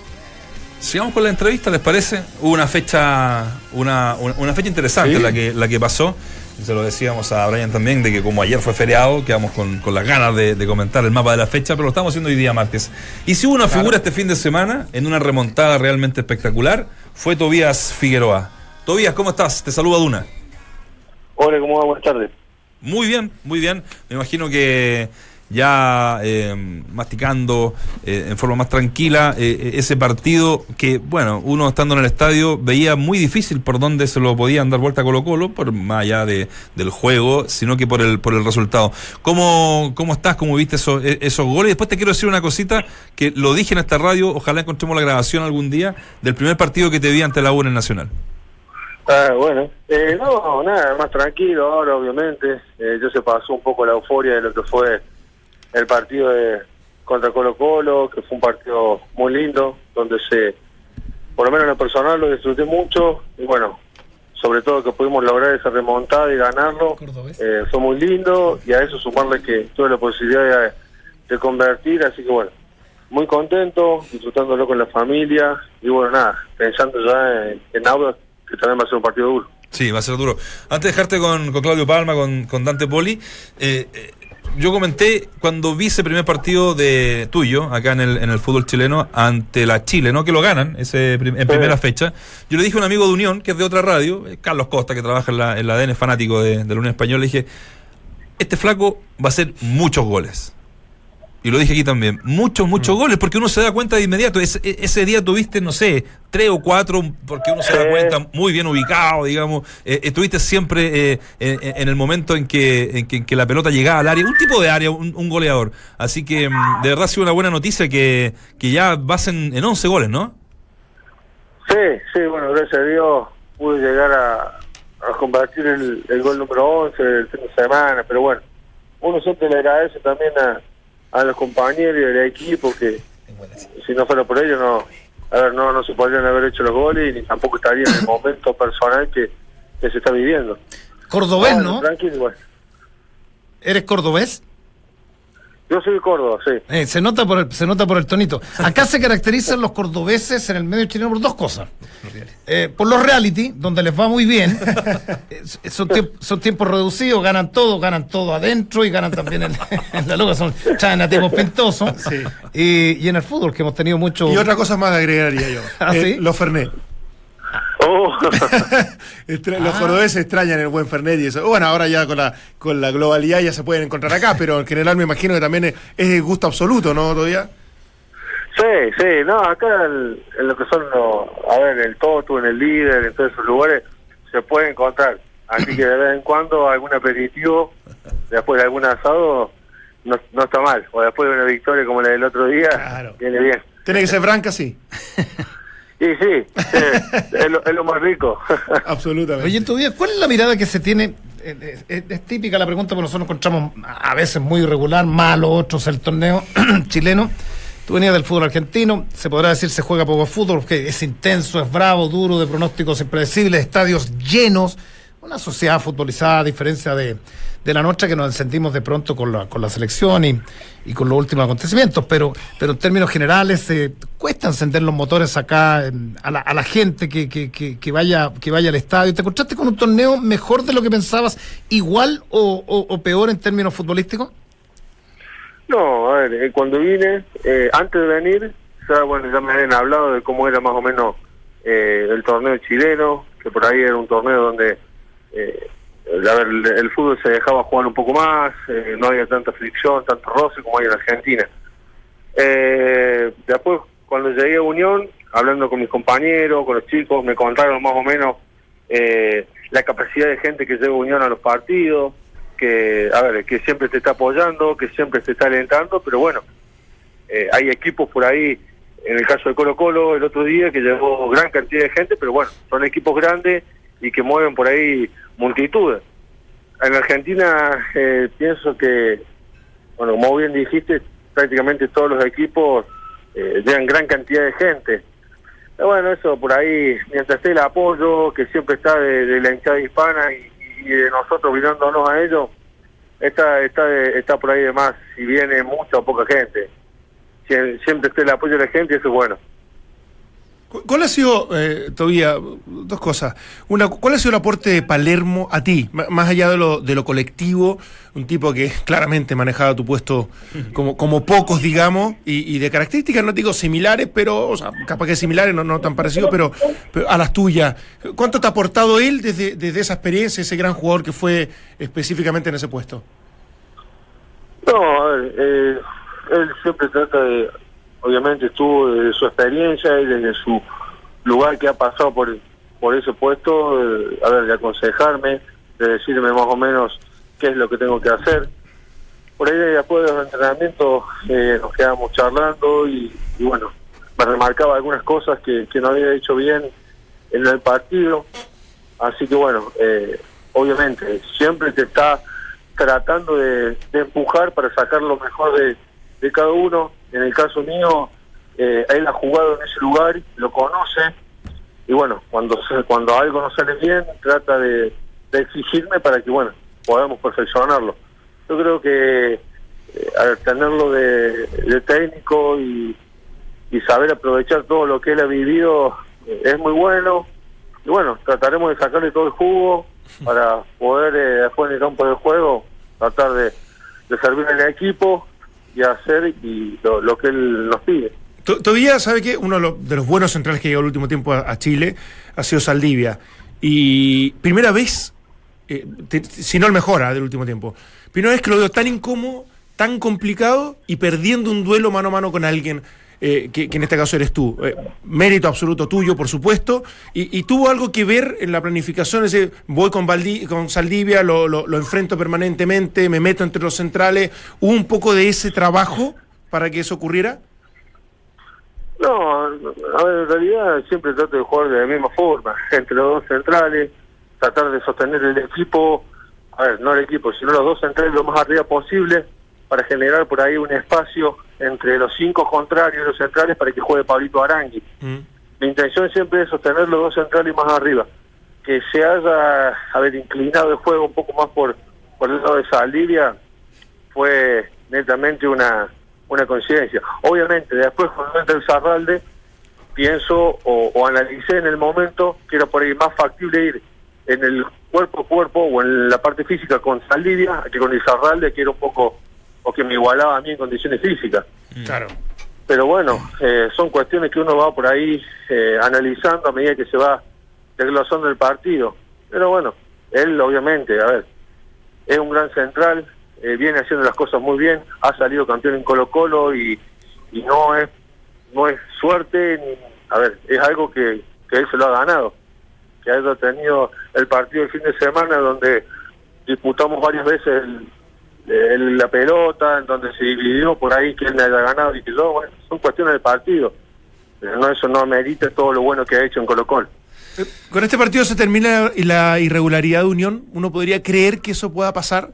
Sigamos con la entrevista, ¿les parece? Hubo una fecha, una, una, una fecha interesante Sí. la que, la que pasó. Se lo decíamos a Brian también, de que como ayer fue feriado, quedamos con, con las ganas de, de comentar el mapa de la fecha, pero lo estamos haciendo hoy día martes. Y si hubo una Claro. figura este fin de semana, en una remontada realmente espectacular, fue Tobías Figueroa. Tobías, ¿cómo estás? Te saluda Duna. Hola, ¿cómo va? Buenas tardes. Muy bien, muy bien. Me imagino que ya eh, masticando eh, en forma más tranquila eh, ese partido que, bueno, uno estando en el estadio veía muy difícil por dónde se lo podían dar vuelta a Colo Colo, por más allá de, del juego, sino que por el por el resultado. ¿Cómo, cómo estás? ¿Cómo viste esos, esos goles? Y después te quiero decir una cosita que lo dije en esta radio, ojalá encontremos la grabación algún día, del primer partido que te vi ante la U en el Nacional. Ah, bueno. Eh, no, nada, más tranquilo ahora, obviamente. Eh, ya se pasó un poco la euforia de lo que fue el partido de contra Colo Colo, que fue un partido muy lindo, donde se, por lo menos en lo personal, lo disfruté mucho. Y bueno, sobre todo que pudimos lograr esa remontada y ganarlo. Cordobés. Eh, fue muy lindo, y a eso sumarle que tuve la posibilidad de, de convertir, así que bueno, muy contento, disfrutándolo con la familia, y bueno, nada, pensando ya en, en Audax, que también va a ser un partido duro. Sí, va a ser duro. Antes de dejarte con, con Claudio Palma, con, con Dante Poli, eh, eh, yo comenté cuando vi ese primer partido de tuyo acá en el, en el fútbol chileno ante la Chile, ¿no? Que lo ganan ese prim- en primera fecha. Yo le dije a un amigo de Unión, que es de otra radio, eh, Carlos Costa, que trabaja en la, en la A D N, fanático de, de la Unión Española, le dije, este flaco va a hacer muchos goles. Y lo dije aquí también, muchos, muchos goles, porque uno se da cuenta de inmediato. Ese, ese día tuviste, no sé, tres o cuatro, porque uno se da Sí. cuenta, muy bien ubicado, digamos. Eh, estuviste siempre eh, en, en el momento en que, en que en que la pelota llegaba al área, un tipo de área, un, un goleador. Así que mm, de verdad ha sido una buena noticia que, que ya vas en, en once goles, ¿no? Sí, sí, bueno, gracias a Dios pude llegar a, a convertir el, el gol número once el fin de semana, pero bueno, uno siempre le agradece también a, a los compañeros y al equipo que si no fuera por ellos no, a ver, no, no se podrían haber hecho los goles y ni tampoco estaría en el momento personal que, que se está viviendo. Cordobés, Bueno, ¿no? tranquilo, bueno. ¿Eres cordobés? Yo soy de Córdoba, sí. Eh, se nota por el, se nota por el tonito. Acá se caracterizan los cordobeses en el medio chileno por dos cosas. Eh, por los reality, donde les va muy bien. Eh, son, tiemp- son tiempos reducidos, ganan todo, ganan todo adentro y ganan también en, en la loca, son chanativos pintosos. Sí. Y, y en el fútbol, que hemos tenido mucho... Y otra cosa más agregaría yo. ¿Ah, Eh, sí? Los Fernet. Oh. Extra- Los Ah. cordobeses extrañan el buen Fernet y eso. Bueno, ahora ya con la con la globalidad ya se pueden encontrar acá, pero en general me imagino que también es, es de gusto absoluto, ¿no, todavía? Sí, sí, no, acá el- en lo que son los, a ver, el Toto, en el Líder, en todos esos lugares, se puede encontrar. Así que de vez en cuando algún aperitivo, después de algún asado, no, no está mal. O después de una victoria como la del otro día, Claro. viene bien. Tiene que ser franca, sí. Y sí, sí, es, lo, es lo más rico. Absolutamente. Oye, en tu vida, ¿cuál es la mirada que se tiene? Eh, eh, Es, es típica la pregunta, porque nosotros nos encontramos a veces muy irregular, malo, otros el torneo chileno. Tú venías del fútbol argentino, se podrá decir se juega poco fútbol, porque es intenso, es bravo, duro, de pronósticos impredecibles, estadios llenos, una sociedad futbolizada, a diferencia de, de la nuestra, que nos sentimos de pronto con la, con la selección y, y con los últimos acontecimientos, pero, pero en términos generales eh, cuesta encender los motores acá eh, a, la, a la gente que, que, que, que vaya que vaya al estadio. ¿Te encontraste con un torneo mejor de lo que pensabas, igual o, o, o peor en términos futbolísticos? No, a ver, eh, cuando vine, eh, antes de venir, ya, bueno, ya me habían hablado de cómo era más o menos eh, el torneo chileno, que por ahí era un torneo donde eh, a ver, el, el fútbol se dejaba jugar un poco más, eh, no había tanta fricción, tanto roce como hay en Argentina. Eh, después, cuando llegué a Unión, hablando con mis compañeros, con los chicos, me contaron más o menos eh, la capacidad de gente que llega a Unión a los partidos, que a ver, que siempre te está apoyando, que siempre te está alentando, pero bueno, eh, hay equipos por ahí, en el caso de Colo Colo el otro día, que llegó gran cantidad de gente, pero bueno, son equipos grandes y que mueven por ahí multitudes. En Argentina eh, pienso que, bueno, como bien dijiste, prácticamente todos los equipos eh, llegan gran cantidad de gente. Pero bueno, eso por ahí, mientras esté el apoyo, que siempre está de, de la hinchada hispana y, y de nosotros mirándonos a ellos, está está de, está por ahí de más, si viene mucha o poca gente. Si, siempre esté el apoyo de la gente, eso es bueno. ¿Cu- ¿Cuál ha sido, eh, todavía, dos cosas? Una, ¿cuál ha sido el aporte de Palermo a ti? M- más allá de lo, de lo colectivo, un tipo que claramente manejaba tu puesto como, como pocos, digamos, y, y de características, no digo similares, pero, o sea, capaz que similares, no, no tan parecidos, pero, pero a las tuyas. ¿Cuánto te ha aportado él desde, desde esa experiencia, ese gran jugador que fue específicamente en ese puesto? No, a ver, eh, él siempre trata de, obviamente estuvo desde su experiencia y desde su lugar que ha pasado por por ese puesto, eh, a ver, de aconsejarme, de decirme más o menos qué es lo que tengo que hacer. Por ahí después de los entrenamientos eh, nos quedábamos charlando y, y bueno, me remarcaba algunas cosas que, que no había hecho bien en el partido. Así que bueno, eh, obviamente siempre te está tratando de, de empujar para sacar lo mejor de, de cada uno. En el caso mío, eh, él ha jugado en ese lugar, lo conoce, y bueno, cuando cuando algo no sale bien, trata de, de exigirme para que, bueno, podamos perfeccionarlo. Yo creo que eh, a ver, tenerlo de, de técnico y, y saber aprovechar todo lo que él ha vivido eh, es muy bueno. Y bueno, trataremos de sacarle todo el jugo para poder, eh, después en el campo de juego, tratar de, de servir al equipo y hacer y lo, lo que él nos pide. To- Todavía, ¿sabe qué? Uno de los, de los buenos centrales que llegó el último tiempo a, a Chile ha sido Saldivia. Y primera vez, eh, te- si no el mejor ah, del último tiempo, primera vez que lo veo tan incómodo, tan complicado y perdiendo un duelo mano a mano con alguien. Eh, que, que en este caso eres tú. Eh, mérito absoluto tuyo, por supuesto, y, y tuvo algo que ver en la planificación, ese voy con, Valdi, con Saldivia, lo, lo, lo enfrento permanentemente, me meto entre los centrales, ¿hubo un poco de ese trabajo para que eso ocurriera? No, a ver, en realidad siempre trato de jugar de la misma forma, entre los dos centrales, tratar de sostener el equipo, a ver, no el equipo, sino los dos centrales lo más arriba posible, para generar por ahí un espacio entre los cinco contrarios y los centrales para que juegue Pablito Arangui. Mm. Mi intención siempre es sostener los dos centrales más arriba. Que se haya haber inclinado el juego un poco más por, por el lado de Saldivia fue netamente una, una coincidencia. Obviamente, después cuando entra el Zarralde, pienso o, o analicé en el momento que era por ahí más factible ir en el cuerpo a cuerpo o en la parte física con Saldivia que con el Zarralde, que era un poco, o que me igualaba a mí en condiciones físicas. Claro. Pero bueno, eh, son cuestiones que uno va por ahí eh, analizando a medida que se va desglosando el partido. Pero bueno, él obviamente, a ver, es un gran central, eh, viene haciendo las cosas muy bien, ha salido campeón en Colo-Colo y, y no es no es suerte, ni, a ver, es algo que, que él se lo ha ganado, que haya tenido el partido el fin de semana donde disputamos varias veces el, el, la pelota, en donde se dividió por ahí que él me haya ganado y que yo, bueno, son cuestiones del partido, pero no, eso no amerita todo lo bueno que ha hecho en Colo-Colo. Con este partido se termina la irregularidad de Unión. ¿Uno podría creer que eso pueda pasar?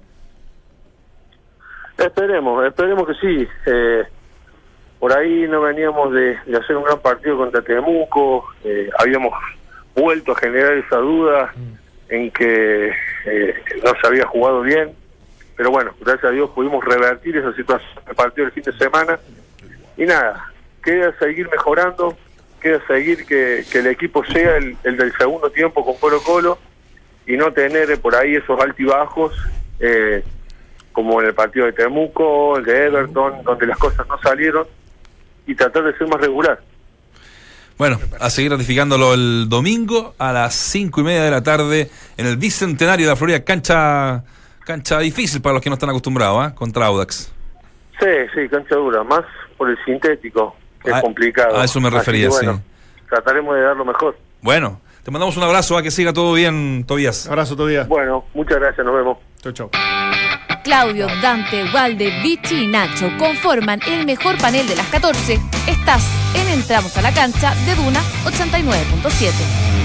Esperemos, esperemos que sí. Eh, por ahí no veníamos de, de hacer un gran partido contra Temuco. Eh, habíamos vuelto a generar esa duda en que eh, no se había jugado bien. Pero bueno, gracias a Dios pudimos revertir esa situación del partido del fin de semana. Y nada, queda seguir mejorando. Queda seguir que, que el equipo sea el, el del segundo tiempo con Colo-Colo y no tener por ahí esos altibajos eh, como en el partido de Temuco, el de Everton, donde las cosas no salieron, y tratar de ser más regular. Bueno, a seguir ratificándolo el domingo a las cinco y media de la tarde en el Bicentenario de la Florida, cancha cancha difícil para los que no están acostumbrados, ¿eh? Contra Audax. Sí, sí, cancha dura, más por el sintético. Es a, complicado. A eso me refería, que, bueno, sí. Trataremos de dar lo mejor. Bueno, te mandamos un abrazo, a que siga todo bien, Tobías. Abrazo, Tobías. Bueno, muchas gracias, nos vemos. Chau, chau. Claudio, Dante, Walde, Vichy y Nacho conforman el mejor panel de las catorce. Estás en Entramos a la Cancha de Duna ochenta y nueve punto siete.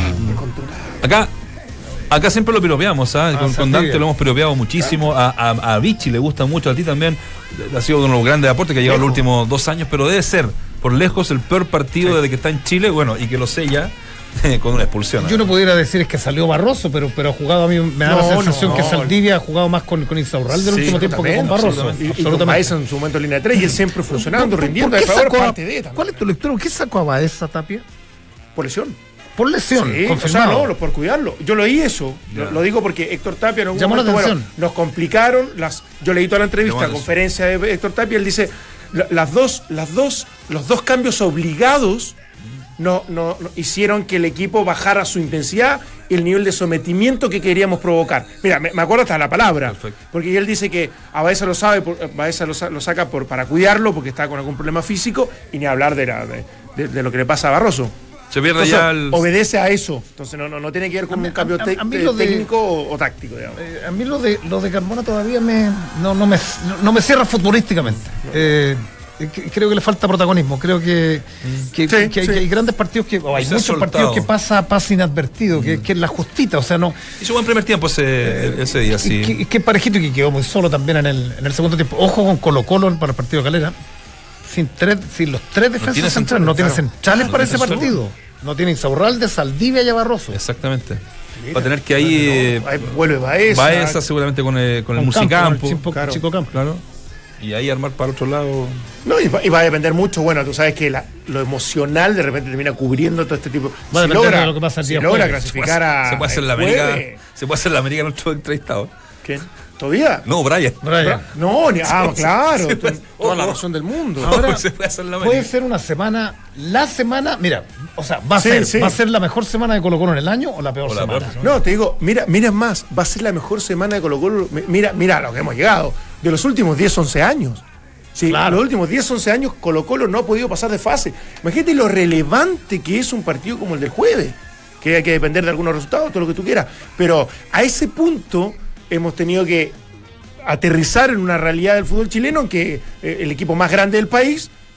Acá Acá siempre lo piropeamos, ¿eh? con, con Dante lo hemos piropeado muchísimo, a, a, a Vichy le gusta mucho, a ti también, ha sido uno de los grandes aportes que ha llegado en los últimos dos años, pero debe ser, por lejos, el peor partido sí. desde que está en Chile, bueno, y que lo sella con una expulsión. Yo no pudiera decir es que salió Barroso, pero pero ha jugado, a mí me da no, la sensación no, que Saldivia ha jugado más con, con Insaurralde del sí, último tiempo que con Barroso. Y, y con Baeza en su momento en línea de tres, y él siempre funcionando, ¿Por, rindiendo, por, por de favor, a, parte de ¿Cuál es tu lectura? ¿Qué sacó a Baeza, Tapia? Por lesión. Por lesión, sí, confirmado. O sea, no, por cuidarlo. Yo leí eso, lo, lo digo porque Héctor Tapia en algún Llamó momento, la atención. Bueno, nos complicaron las. Yo leí toda la entrevista, la conferencia de Héctor Tapia, él dice las dos, las dos, los dos cambios obligados no, no, no hicieron que el equipo bajara su intensidad y el nivel de sometimiento que queríamos provocar. Mira, me, me acuerdo hasta la palabra, perfecto. Porque él dice que a Baeza lo sabe, por, Baeza lo, lo saca por, para cuidarlo porque está con algún problema físico, y ni hablar de, la, de, de, de lo que le pasa a Barroso. Se pierde Entonces, ya el... obedece a eso. Entonces no, no, no tiene que ver con mí, un cambio a, te, a, a de, técnico o, o táctico, digamos. Eh, a mí lo de lo de Carmona todavía me no, no me no me cierra futbolísticamente. No. Eh, creo que le falta protagonismo. Creo que, que, sí, que, hay, sí. que hay grandes partidos que o hay se muchos partidos que pasa pasa inadvertido, mm. que, que es la justita, o sea, no. Hizo buen primer tiempo ese, ese día, sí. Que, que parejito y que quedó muy solo también en el, en el segundo tiempo. Ojo con Colo-Colo para el partido de Calera. Sin tres, sin los tres defensas no centrales, no tiene claro. centrales ah, para no ese partido. Solo. No tiene Insaurralde, Saldivia y Barroso. Exactamente. Mira, va a tener que ahí. No, ahí vuelve Baeza. Baeza seguramente con el, con el Musicampo. Campo, claro. Chico Campo. Claro. Y ahí armar para otro lado. No, y va, y va a depender mucho. Bueno, tú sabes que la, lo emocional de repente termina cubriendo todo este tipo. Va a si logra, logra, de lo que pasa el si día logra jueves. clasificar a. Se puede hacer la América. Se puede hacer la América en otro entrevistado. ¿Quién? ¿Todavía? No, Brian. Brian. No, ni, ah, claro. Se Toda oh, la razón del mundo. Ahora, se puede hacer la puede ser una semana, la semana, mira, o sea, va a sí, ser, sí. va a ser la mejor semana de Colo-Colo en el año o la peor o la semana. Peor. No, te digo, mira, mira más, va a ser la mejor semana de Colo-Colo. Mira, mira lo que hemos llegado de los últimos diez, once años. Sí, claro. Los últimos diez, once años Colo-Colo no ha podido pasar de fase. Imagínate lo relevante que es un partido como el del jueves, que hay que depender de algunos resultados, todo lo que tú quieras. Pero a ese punto hemos tenido que aterrizar en una realidad del fútbol chileno en que eh, el equipo más grande del país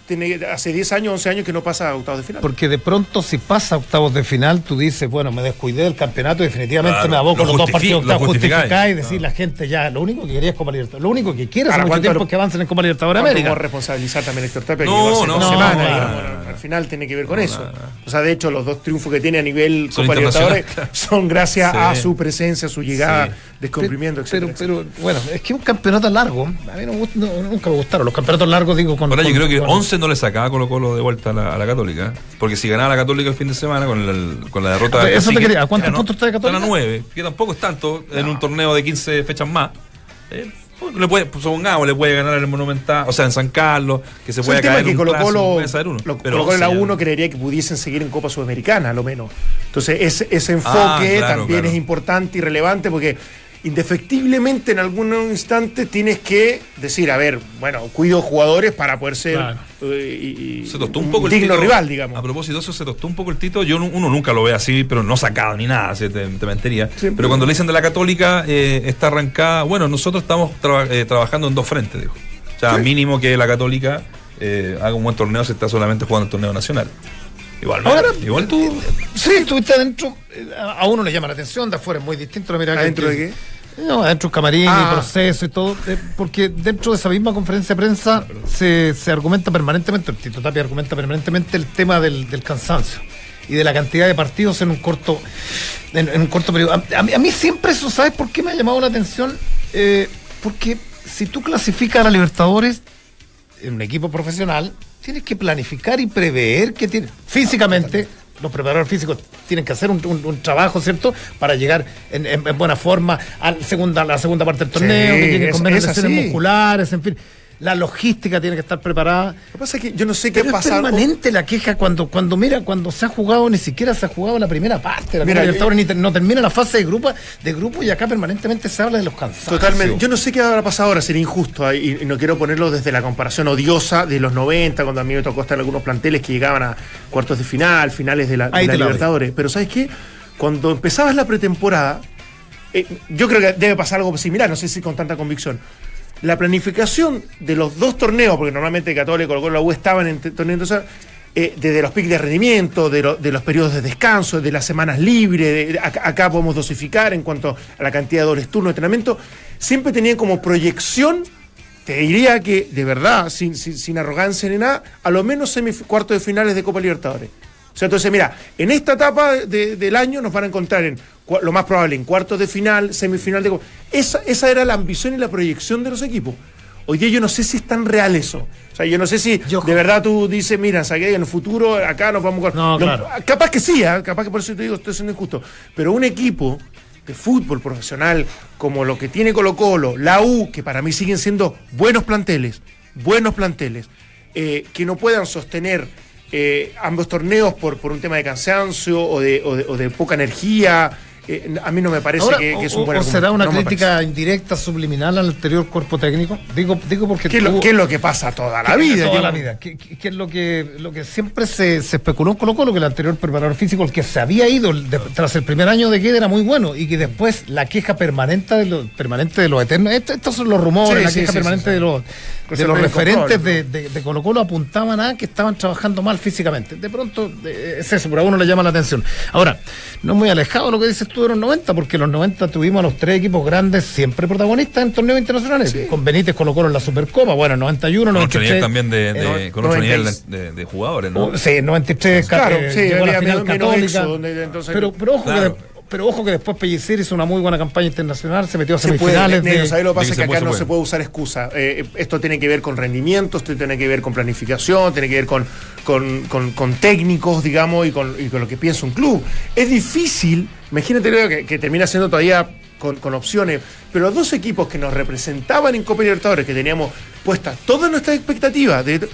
tiene, hace diez años, once años que no pasa a octavos de final. Porque de pronto si pasa a octavos de final, tú dices, bueno, me descuidé del campeonato y definitivamente claro, me aboco los dos partidos lo justificáis y decir, no. La gente ya, lo único que quería es Copa Libertadores, lo único que quiere hace mucho tiempo lo, es que avancen en Copa Libertadores de América. No responsabilizar también a Héctor Tapia, no, que lleva hace no, dos no, semanas, no, digamos, no, no, no. al final tiene que ver con no, eso. no, no. O sea, de hecho, los dos triunfos que tiene a nivel son Copa Libertadores son gracias sí. a su presencia, su llegada, sí. descubrimiento, pero, etcétera, pero, pero, bueno, es que un campeonato largo, a mí no, no, nunca me gustaron los campeonatos largos, digo, con... Ahora con, yo creo que con, once no le sacaba Colo Colo de vuelta a la, a la Católica, porque si ganaba la Católica el fin de semana con, el, con la derrota... Ah, eso de te quería, ¿a cuántos puntos está de Católica? Están a nueve, que tampoco es tanto en no. un torneo de quince fechas más. Eh, le puede, pues, supongamos, le puede ganar el Monumental, o sea, en San Carlos, que se o sea, puede el tema caer es que Colo Colo, puede saber uno. Lo, pero Colo Colo en la once, uno creería que pudiesen seguir en Copa Sudamericana, a lo menos. Entonces, ese, ese enfoque ah, claro, también claro. es importante y relevante porque indefectiblemente en algún instante tienes que decir, a ver, bueno, cuido jugadores para poder ser claro. eh, y, se tostó un, un poco digno el tito, rival, digamos. A propósito de eso, se tostó un poco el Tito. Yo uno nunca lo ve así, pero no sacado ni nada, te, te mentiría. Siempre. Pero cuando le dicen de la Católica, eh, está arrancada. Bueno, nosotros estamos traba, eh, trabajando en dos frentes, dijo. O sea, ¿sí? Mínimo que la Católica eh, haga un buen torneo, se está solamente jugando el torneo nacional. Igual, Ahora, igual tú. Eh, sí, estuviste adentro. A uno le llama la atención, de afuera es muy distinto. Mira, ¿Adentro que, de qué? No, adentro del camarín, ah. y proceso y todo, eh, porque dentro de esa misma conferencia de prensa se, se argumenta permanentemente, el Tito Tapia argumenta permanentemente el tema del, del cansancio y de la cantidad de partidos en un corto en, en un corto periodo. A, a, mí, a mí siempre eso, ¿sabes por qué me ha llamado la atención? Eh, porque si tú clasificas a la Libertadores en un equipo profesional, tienes que planificar y prever que tiene físicamente. Los preparadores físicos tienen que hacer un, un, un trabajo, ¿cierto? Para llegar en, en, en buena forma a la segunda, a la segunda parte del torneo, sí, que lleguen con menos lesiones así. musculares, en fin. La logística tiene que estar preparada. Lo que pasa es que yo no sé qué Pero pasa. Es permanente la queja cuando, cuando mira, cuando se ha jugado, ni siquiera se ha jugado la primera parte. La mira, Libertadores ni te, no termina la fase de grupo, de grupo y acá permanentemente se habla de los cansados. Totalmente. Yo no sé qué habrá pasado ahora, sería injusto y, y no quiero ponerlo desde la comparación odiosa de los noventa, cuando a mí me tocó estar en algunos planteles que llegaban a cuartos de final, finales de la, de la Libertadores. Pero ¿sabes qué? Cuando empezabas la pretemporada, eh, yo creo que debe pasar algo similar, no sé si con tanta convicción. La planificación de los dos torneos, porque normalmente Católica, Colo Colo, la U estaban en torneos, entonces, eh, desde los picos de rendimiento, de, lo, de los periodos de descanso, de las semanas libres, de, de, acá, acá podemos dosificar en cuanto a la cantidad de dobles turnos de entrenamiento, siempre tenían como proyección, te diría que, de verdad, sin, sin, sin arrogancia ni nada, a lo menos semicuartos de finales de Copa Libertadores. O sea, entonces, mira, en esta etapa de, de, del año nos van a encontrar en lo más probable en cuartos de final, semifinal de Copa. Esa, esa era la ambición y la proyección de los equipos. Hoy día yo no sé si es tan real eso. O sea, yo no sé si yo, de verdad tú dices, mira, saqué en el futuro, acá nos vamos a... No, claro. no, capaz que sí, ¿eh? Capaz que por eso te digo, estoy siendo injusto. Pero un equipo de fútbol profesional como lo que tiene Colo Colo, la U, que para mí siguen siendo buenos planteles, buenos planteles, eh, que no puedan sostener eh, ambos torneos por, por un tema de cansancio o de, o de, o de poca energía. Eh, a mí no me parece Ahora, que, que es un buen o argumento. será una no crítica indirecta, subliminal al anterior cuerpo técnico. Digo, digo porque ¿Qué, tuvo, lo, ¿Qué es lo que pasa toda la ¿qué, vida? Toda yo, la vida. ¿Qué, qué, qué es lo que, lo que siempre se, se especuló en Colo Colo? Que el anterior preparador físico, el que se había ido de, tras el primer año de queda, era muy bueno y que después la queja permanente de los, permanente de los eternos, estos, estos son los rumores, sí, la queja sí, permanente sí, sí. de los, de los referentes de, de, de Colo Colo apuntaban a que estaban trabajando mal físicamente. De pronto es eso, por a uno le llama la atención. Ahora, no muy alejado de lo que dices tú de los noventa, porque que en los noventa tuvimos a los tres equipos grandes siempre protagonistas en torneos internacionales. Sí. Con Benítez Colo Colo en la Supercopa, bueno, noventa y uno, con noventa y tres. También de, de, eh, con otro nivel de, de jugadores, ¿no? Uh, sí, noventa y tres, claro, eh, sí, llegó había la final menos Católica. Exo, donde, entonces, pero, pero ojo claro. que de, pero ojo que después Pellicer hizo una muy buena campaña internacional, se metió a se semifinales. Puede, de, ¿sabes lo que pasa? que Es que acá puede, no se se puede usar excusa. Eh, esto tiene que ver con rendimiento, esto tiene que ver con planificación, tiene que ver con, con, con, con técnicos, digamos, y con, y con lo que piensa un club. Es difícil, imagínate que, que termina siendo todavía con, con opciones, pero los dos equipos que nos representaban en Copa Libertadores, que teníamos puestas todas nuestras expectativas, de,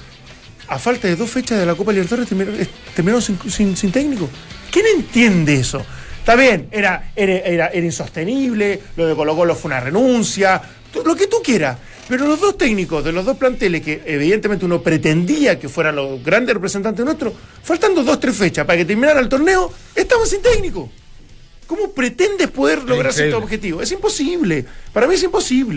a falta de dos fechas de la Copa Libertadores, terminaron, terminaron sin, sin, sin técnico. ¿Quién entiende eso? Está bien, era, era, era, era insostenible, lo de Colo Colo fue una renuncia, lo que tú quieras, pero los dos técnicos de los dos planteles que evidentemente uno pretendía que fueran los grandes representantes nuestros, faltando dos, tres fechas para que terminara el torneo, estaban sin técnico. ¿Cómo pretendes poder lograr este objetivo? Es imposible, para mí es imposible.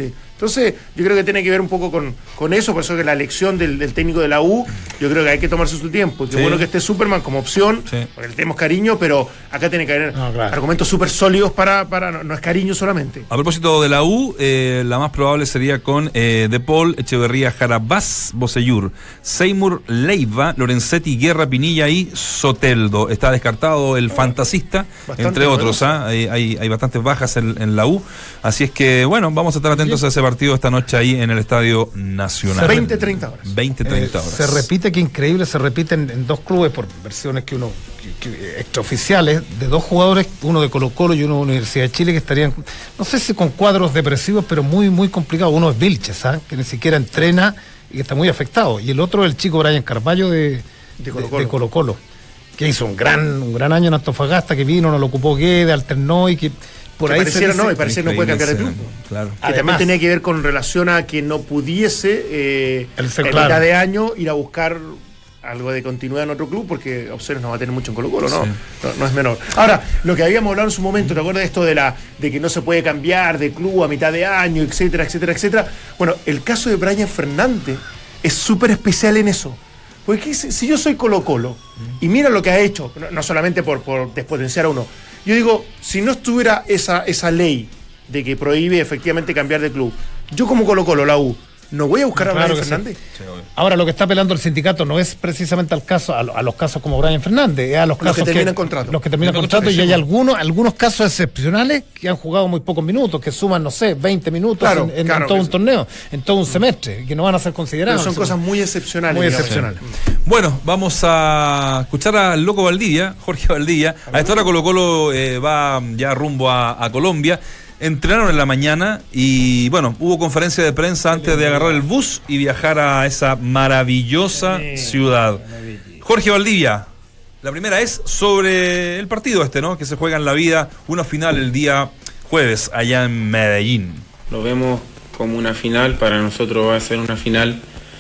Entonces, yo creo que tiene que ver un poco con, con eso, por eso que la elección del, del técnico de la U, yo creo que hay que tomarse su tiempo. Qué sí. bueno que esté Superman como opción, Sí. porque le tenemos cariño, pero acá tiene que haber No, claro. argumentos súper sólidos para, para no, no es cariño solamente. A propósito de la U, eh, la más probable sería con eh, De Paul, Echeverría, Jarabás, Bocellur, Seymour, Leiva, Lorenzetti, Guerra, Pinilla y Soteldo. Está descartado el fantasista, Bastante entre otros. numeroso. ¿ah? Hay, hay, hay bastantes bajas en, en la U. Así es que, bueno, vamos a estar atentos a ese partido esta noche ahí en el Estadio Nacional. veinte treinta horas. veinte treinta horas. Eh, se repite, que increíble, se repite en, en dos clubes por versiones que uno que, que, extraoficiales de dos jugadores, uno de Colo Colo y uno de la Universidad de Chile, que estarían, no sé si con cuadros depresivos, pero muy muy complicados. Uno es Vilches, ¿sabes? Que ni siquiera entrena y que está muy afectado, y el otro es el chico Brian Carballo de, De de, Colo de Colo. Colo Colo, que hizo un gran un gran año en Antofagasta, que vino, no lo ocupó Guede, alternó, y que por Que ahí pareciera, se dice- no, y pareciera no puede cambiar de club. Increíble, Claro. Que Además- también tenía que ver con relación a que no pudiese eh, El ser en claro. mitad de año ir a buscar algo de continuidad en otro club, porque opciones no va a tener mucho en Colo Colo, ¿no? Sí. No, no es menor. Ahora, lo que habíamos hablado en su momento, ¿te acuerdas de esto de la de que no se puede cambiar de club a mitad de año, etcétera, etcétera, etcétera? Bueno, el caso de Brian Fernández es súper especial en eso. Porque si, si yo soy Colo Colo, y mira lo que ha hecho, no, no solamente por, por despotenciar a uno, yo digo, si no estuviera esa, esa ley de que prohíbe efectivamente cambiar de club, yo como Colo Colo, la U, ¿no voy a buscar a Claro Brian que sí. Fernández? Ahora, lo que está apelando el sindicato no es precisamente al caso, a, lo- a los casos como Brian Fernández, es a los, Los casos que terminan contrato. Los que terminan contrato, y hay algunos, algunos casos excepcionales que han jugado muy pocos minutos, que suman, no sé, veinte minutos Claro, en, en- en claro todo que un sí. torneo, en todo un semestre, y que no van a ser considerados. Pero son cosas muy excepcionales. Muy digamos. excepcionales. Bueno, vamos a escuchar al loco Valdivia, Jorge Valdivia. A esta hora Colo Colo eh, va ya rumbo a, a Colombia. Entrenaron en la mañana y bueno, hubo conferencia de prensa antes de agarrar el bus y viajar a esa maravillosa ciudad. Jorge Valdivia, la primera es sobre el partido este, ¿no? Que se juega en la vida, una final el día jueves allá en Medellín. Lo vemos como una final, para nosotros va a ser una final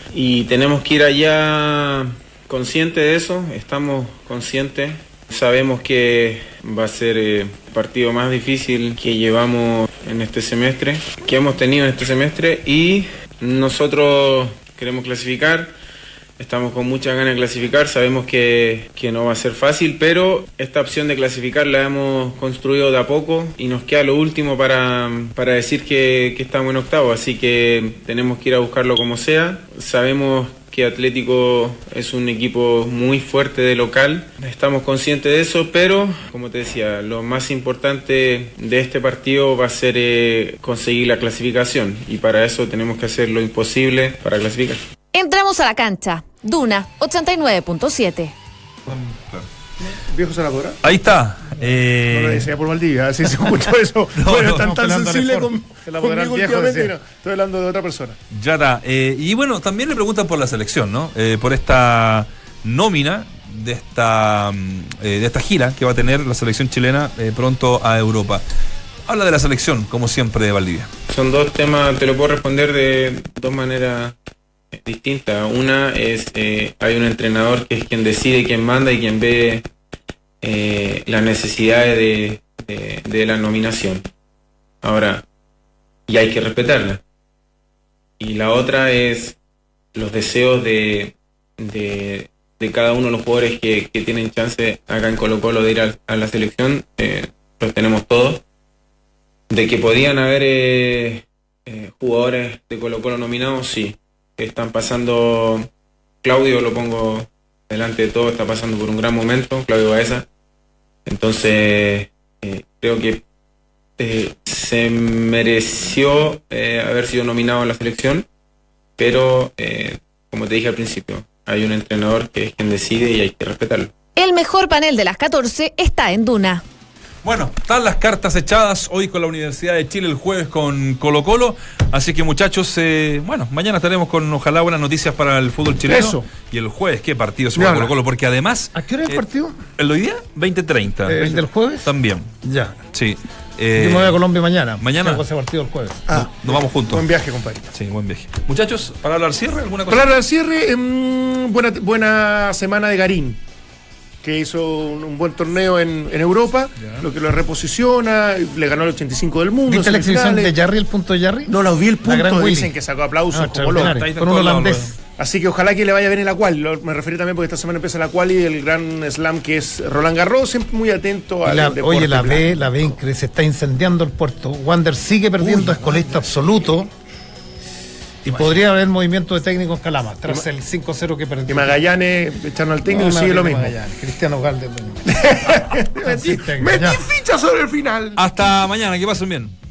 y tenemos que ir allá conscientes de eso, estamos conscientes, sabemos que va a ser eh, el partido más difícil que llevamos en este semestre, que hemos tenido en este semestre, y nosotros queremos clasificar. Estamos con muchas ganas de clasificar, sabemos que, que no va a ser fácil, pero esta opción de clasificar la hemos construido de a poco y nos queda lo último para, para decir que, que estamos en octavo, así que tenemos que ir a buscarlo como sea. Sabemos que Atlético es un equipo muy fuerte de local, estamos conscientes de eso, pero como te decía, lo más importante de este partido va a ser eh, conseguir la clasificación, y para eso tenemos que hacer lo imposible para clasificar. Entramos a la cancha. Duna ochenta y nueve punto siete. ¿Viejo se la podrá? Ahí está. No Eh, lo decía por Valdivia, así se escuchó eso. No, bueno, no, tan, no, tan Fernando sensible Lefort. con, Se la podrá el conmigo viejo, últimamente, decía. no, estoy hablando de otra persona. Ya está. Eh, y bueno, también le preguntan por la selección, ¿no? Eh, por esta nómina de esta, mm, eh, de esta gira que va a tener la selección chilena eh, pronto a Europa. Habla de la selección, como siempre, de Valdivia. Son dos temas, te lo puedo responder de dos maneras distintas. Una es, eh, hay un entrenador que es quien decide, quien manda y quien ve eh, las necesidades de, de, de la nominación. Ahora, y hay que respetarla. Y la otra es los deseos de, de, de cada uno de los jugadores que, que tienen chance acá en Colo Colo de ir a, a la selección. Eh, los tenemos todos. De que podían haber eh, eh, jugadores de Colo Colo nominados, sí. Están pasando, Claudio lo pongo delante de todo, está pasando por un gran momento, Claudio Baeza. Entonces, eh, creo que eh, se mereció eh, haber sido nominado a la selección, pero, eh, como te dije al principio, hay un entrenador que es quien decide y hay que respetarlo. El mejor panel de las catorce está en Duna. Bueno, están las cartas echadas hoy con la Universidad de Chile, el jueves con Colo Colo. Así que muchachos, eh, bueno, mañana estaremos con ojalá buenas noticias para el fútbol chileno. Eso. Y el jueves, ¿qué partido se Ni juega hablar. Colo Colo? Porque además... ¿A qué hora es el eh, partido? ¿El de hoy día? veinte treinta. ¿El del jueves? También, Ya. sí. Yo Eh, me voy a Colombia mañana. mañana. Hago ese partido el jueves. Ah, nos vamos juntos. buen viaje, compadre. Sí, buen viaje. Muchachos, para hablar cierre, ¿alguna cosa? Para el cierre, em, buena, buena semana de Garín. que hizo un, un buen torneo en, en Europa, ya. Lo que lo reposiciona, le ganó el ochenta y cinco del mundo. ¿Viste la exhibición de Jarry, el punto de Jarry? No, lo vi el punto, dicen Willy. Que sacó aplausos no, como loco. Con un holandés. Así que ojalá que le vaya bien en la cual. Me referí también porque esta semana empieza la cual y el gran slam que es Roland Garros, siempre muy atento a la, Oye, la B, la B, se está incendiando el puerto. Wander sigue perdiendo, es colista absoluto. Y podría haber movimiento de técnico en Calama, tras el cinco cero que perdió. Y Magallanes echando al técnico no, y sigue lo mismo. Magallanes. Cristiano Galde. Metí, metí ficha sobre el final. Hasta mañana, que pasen bien.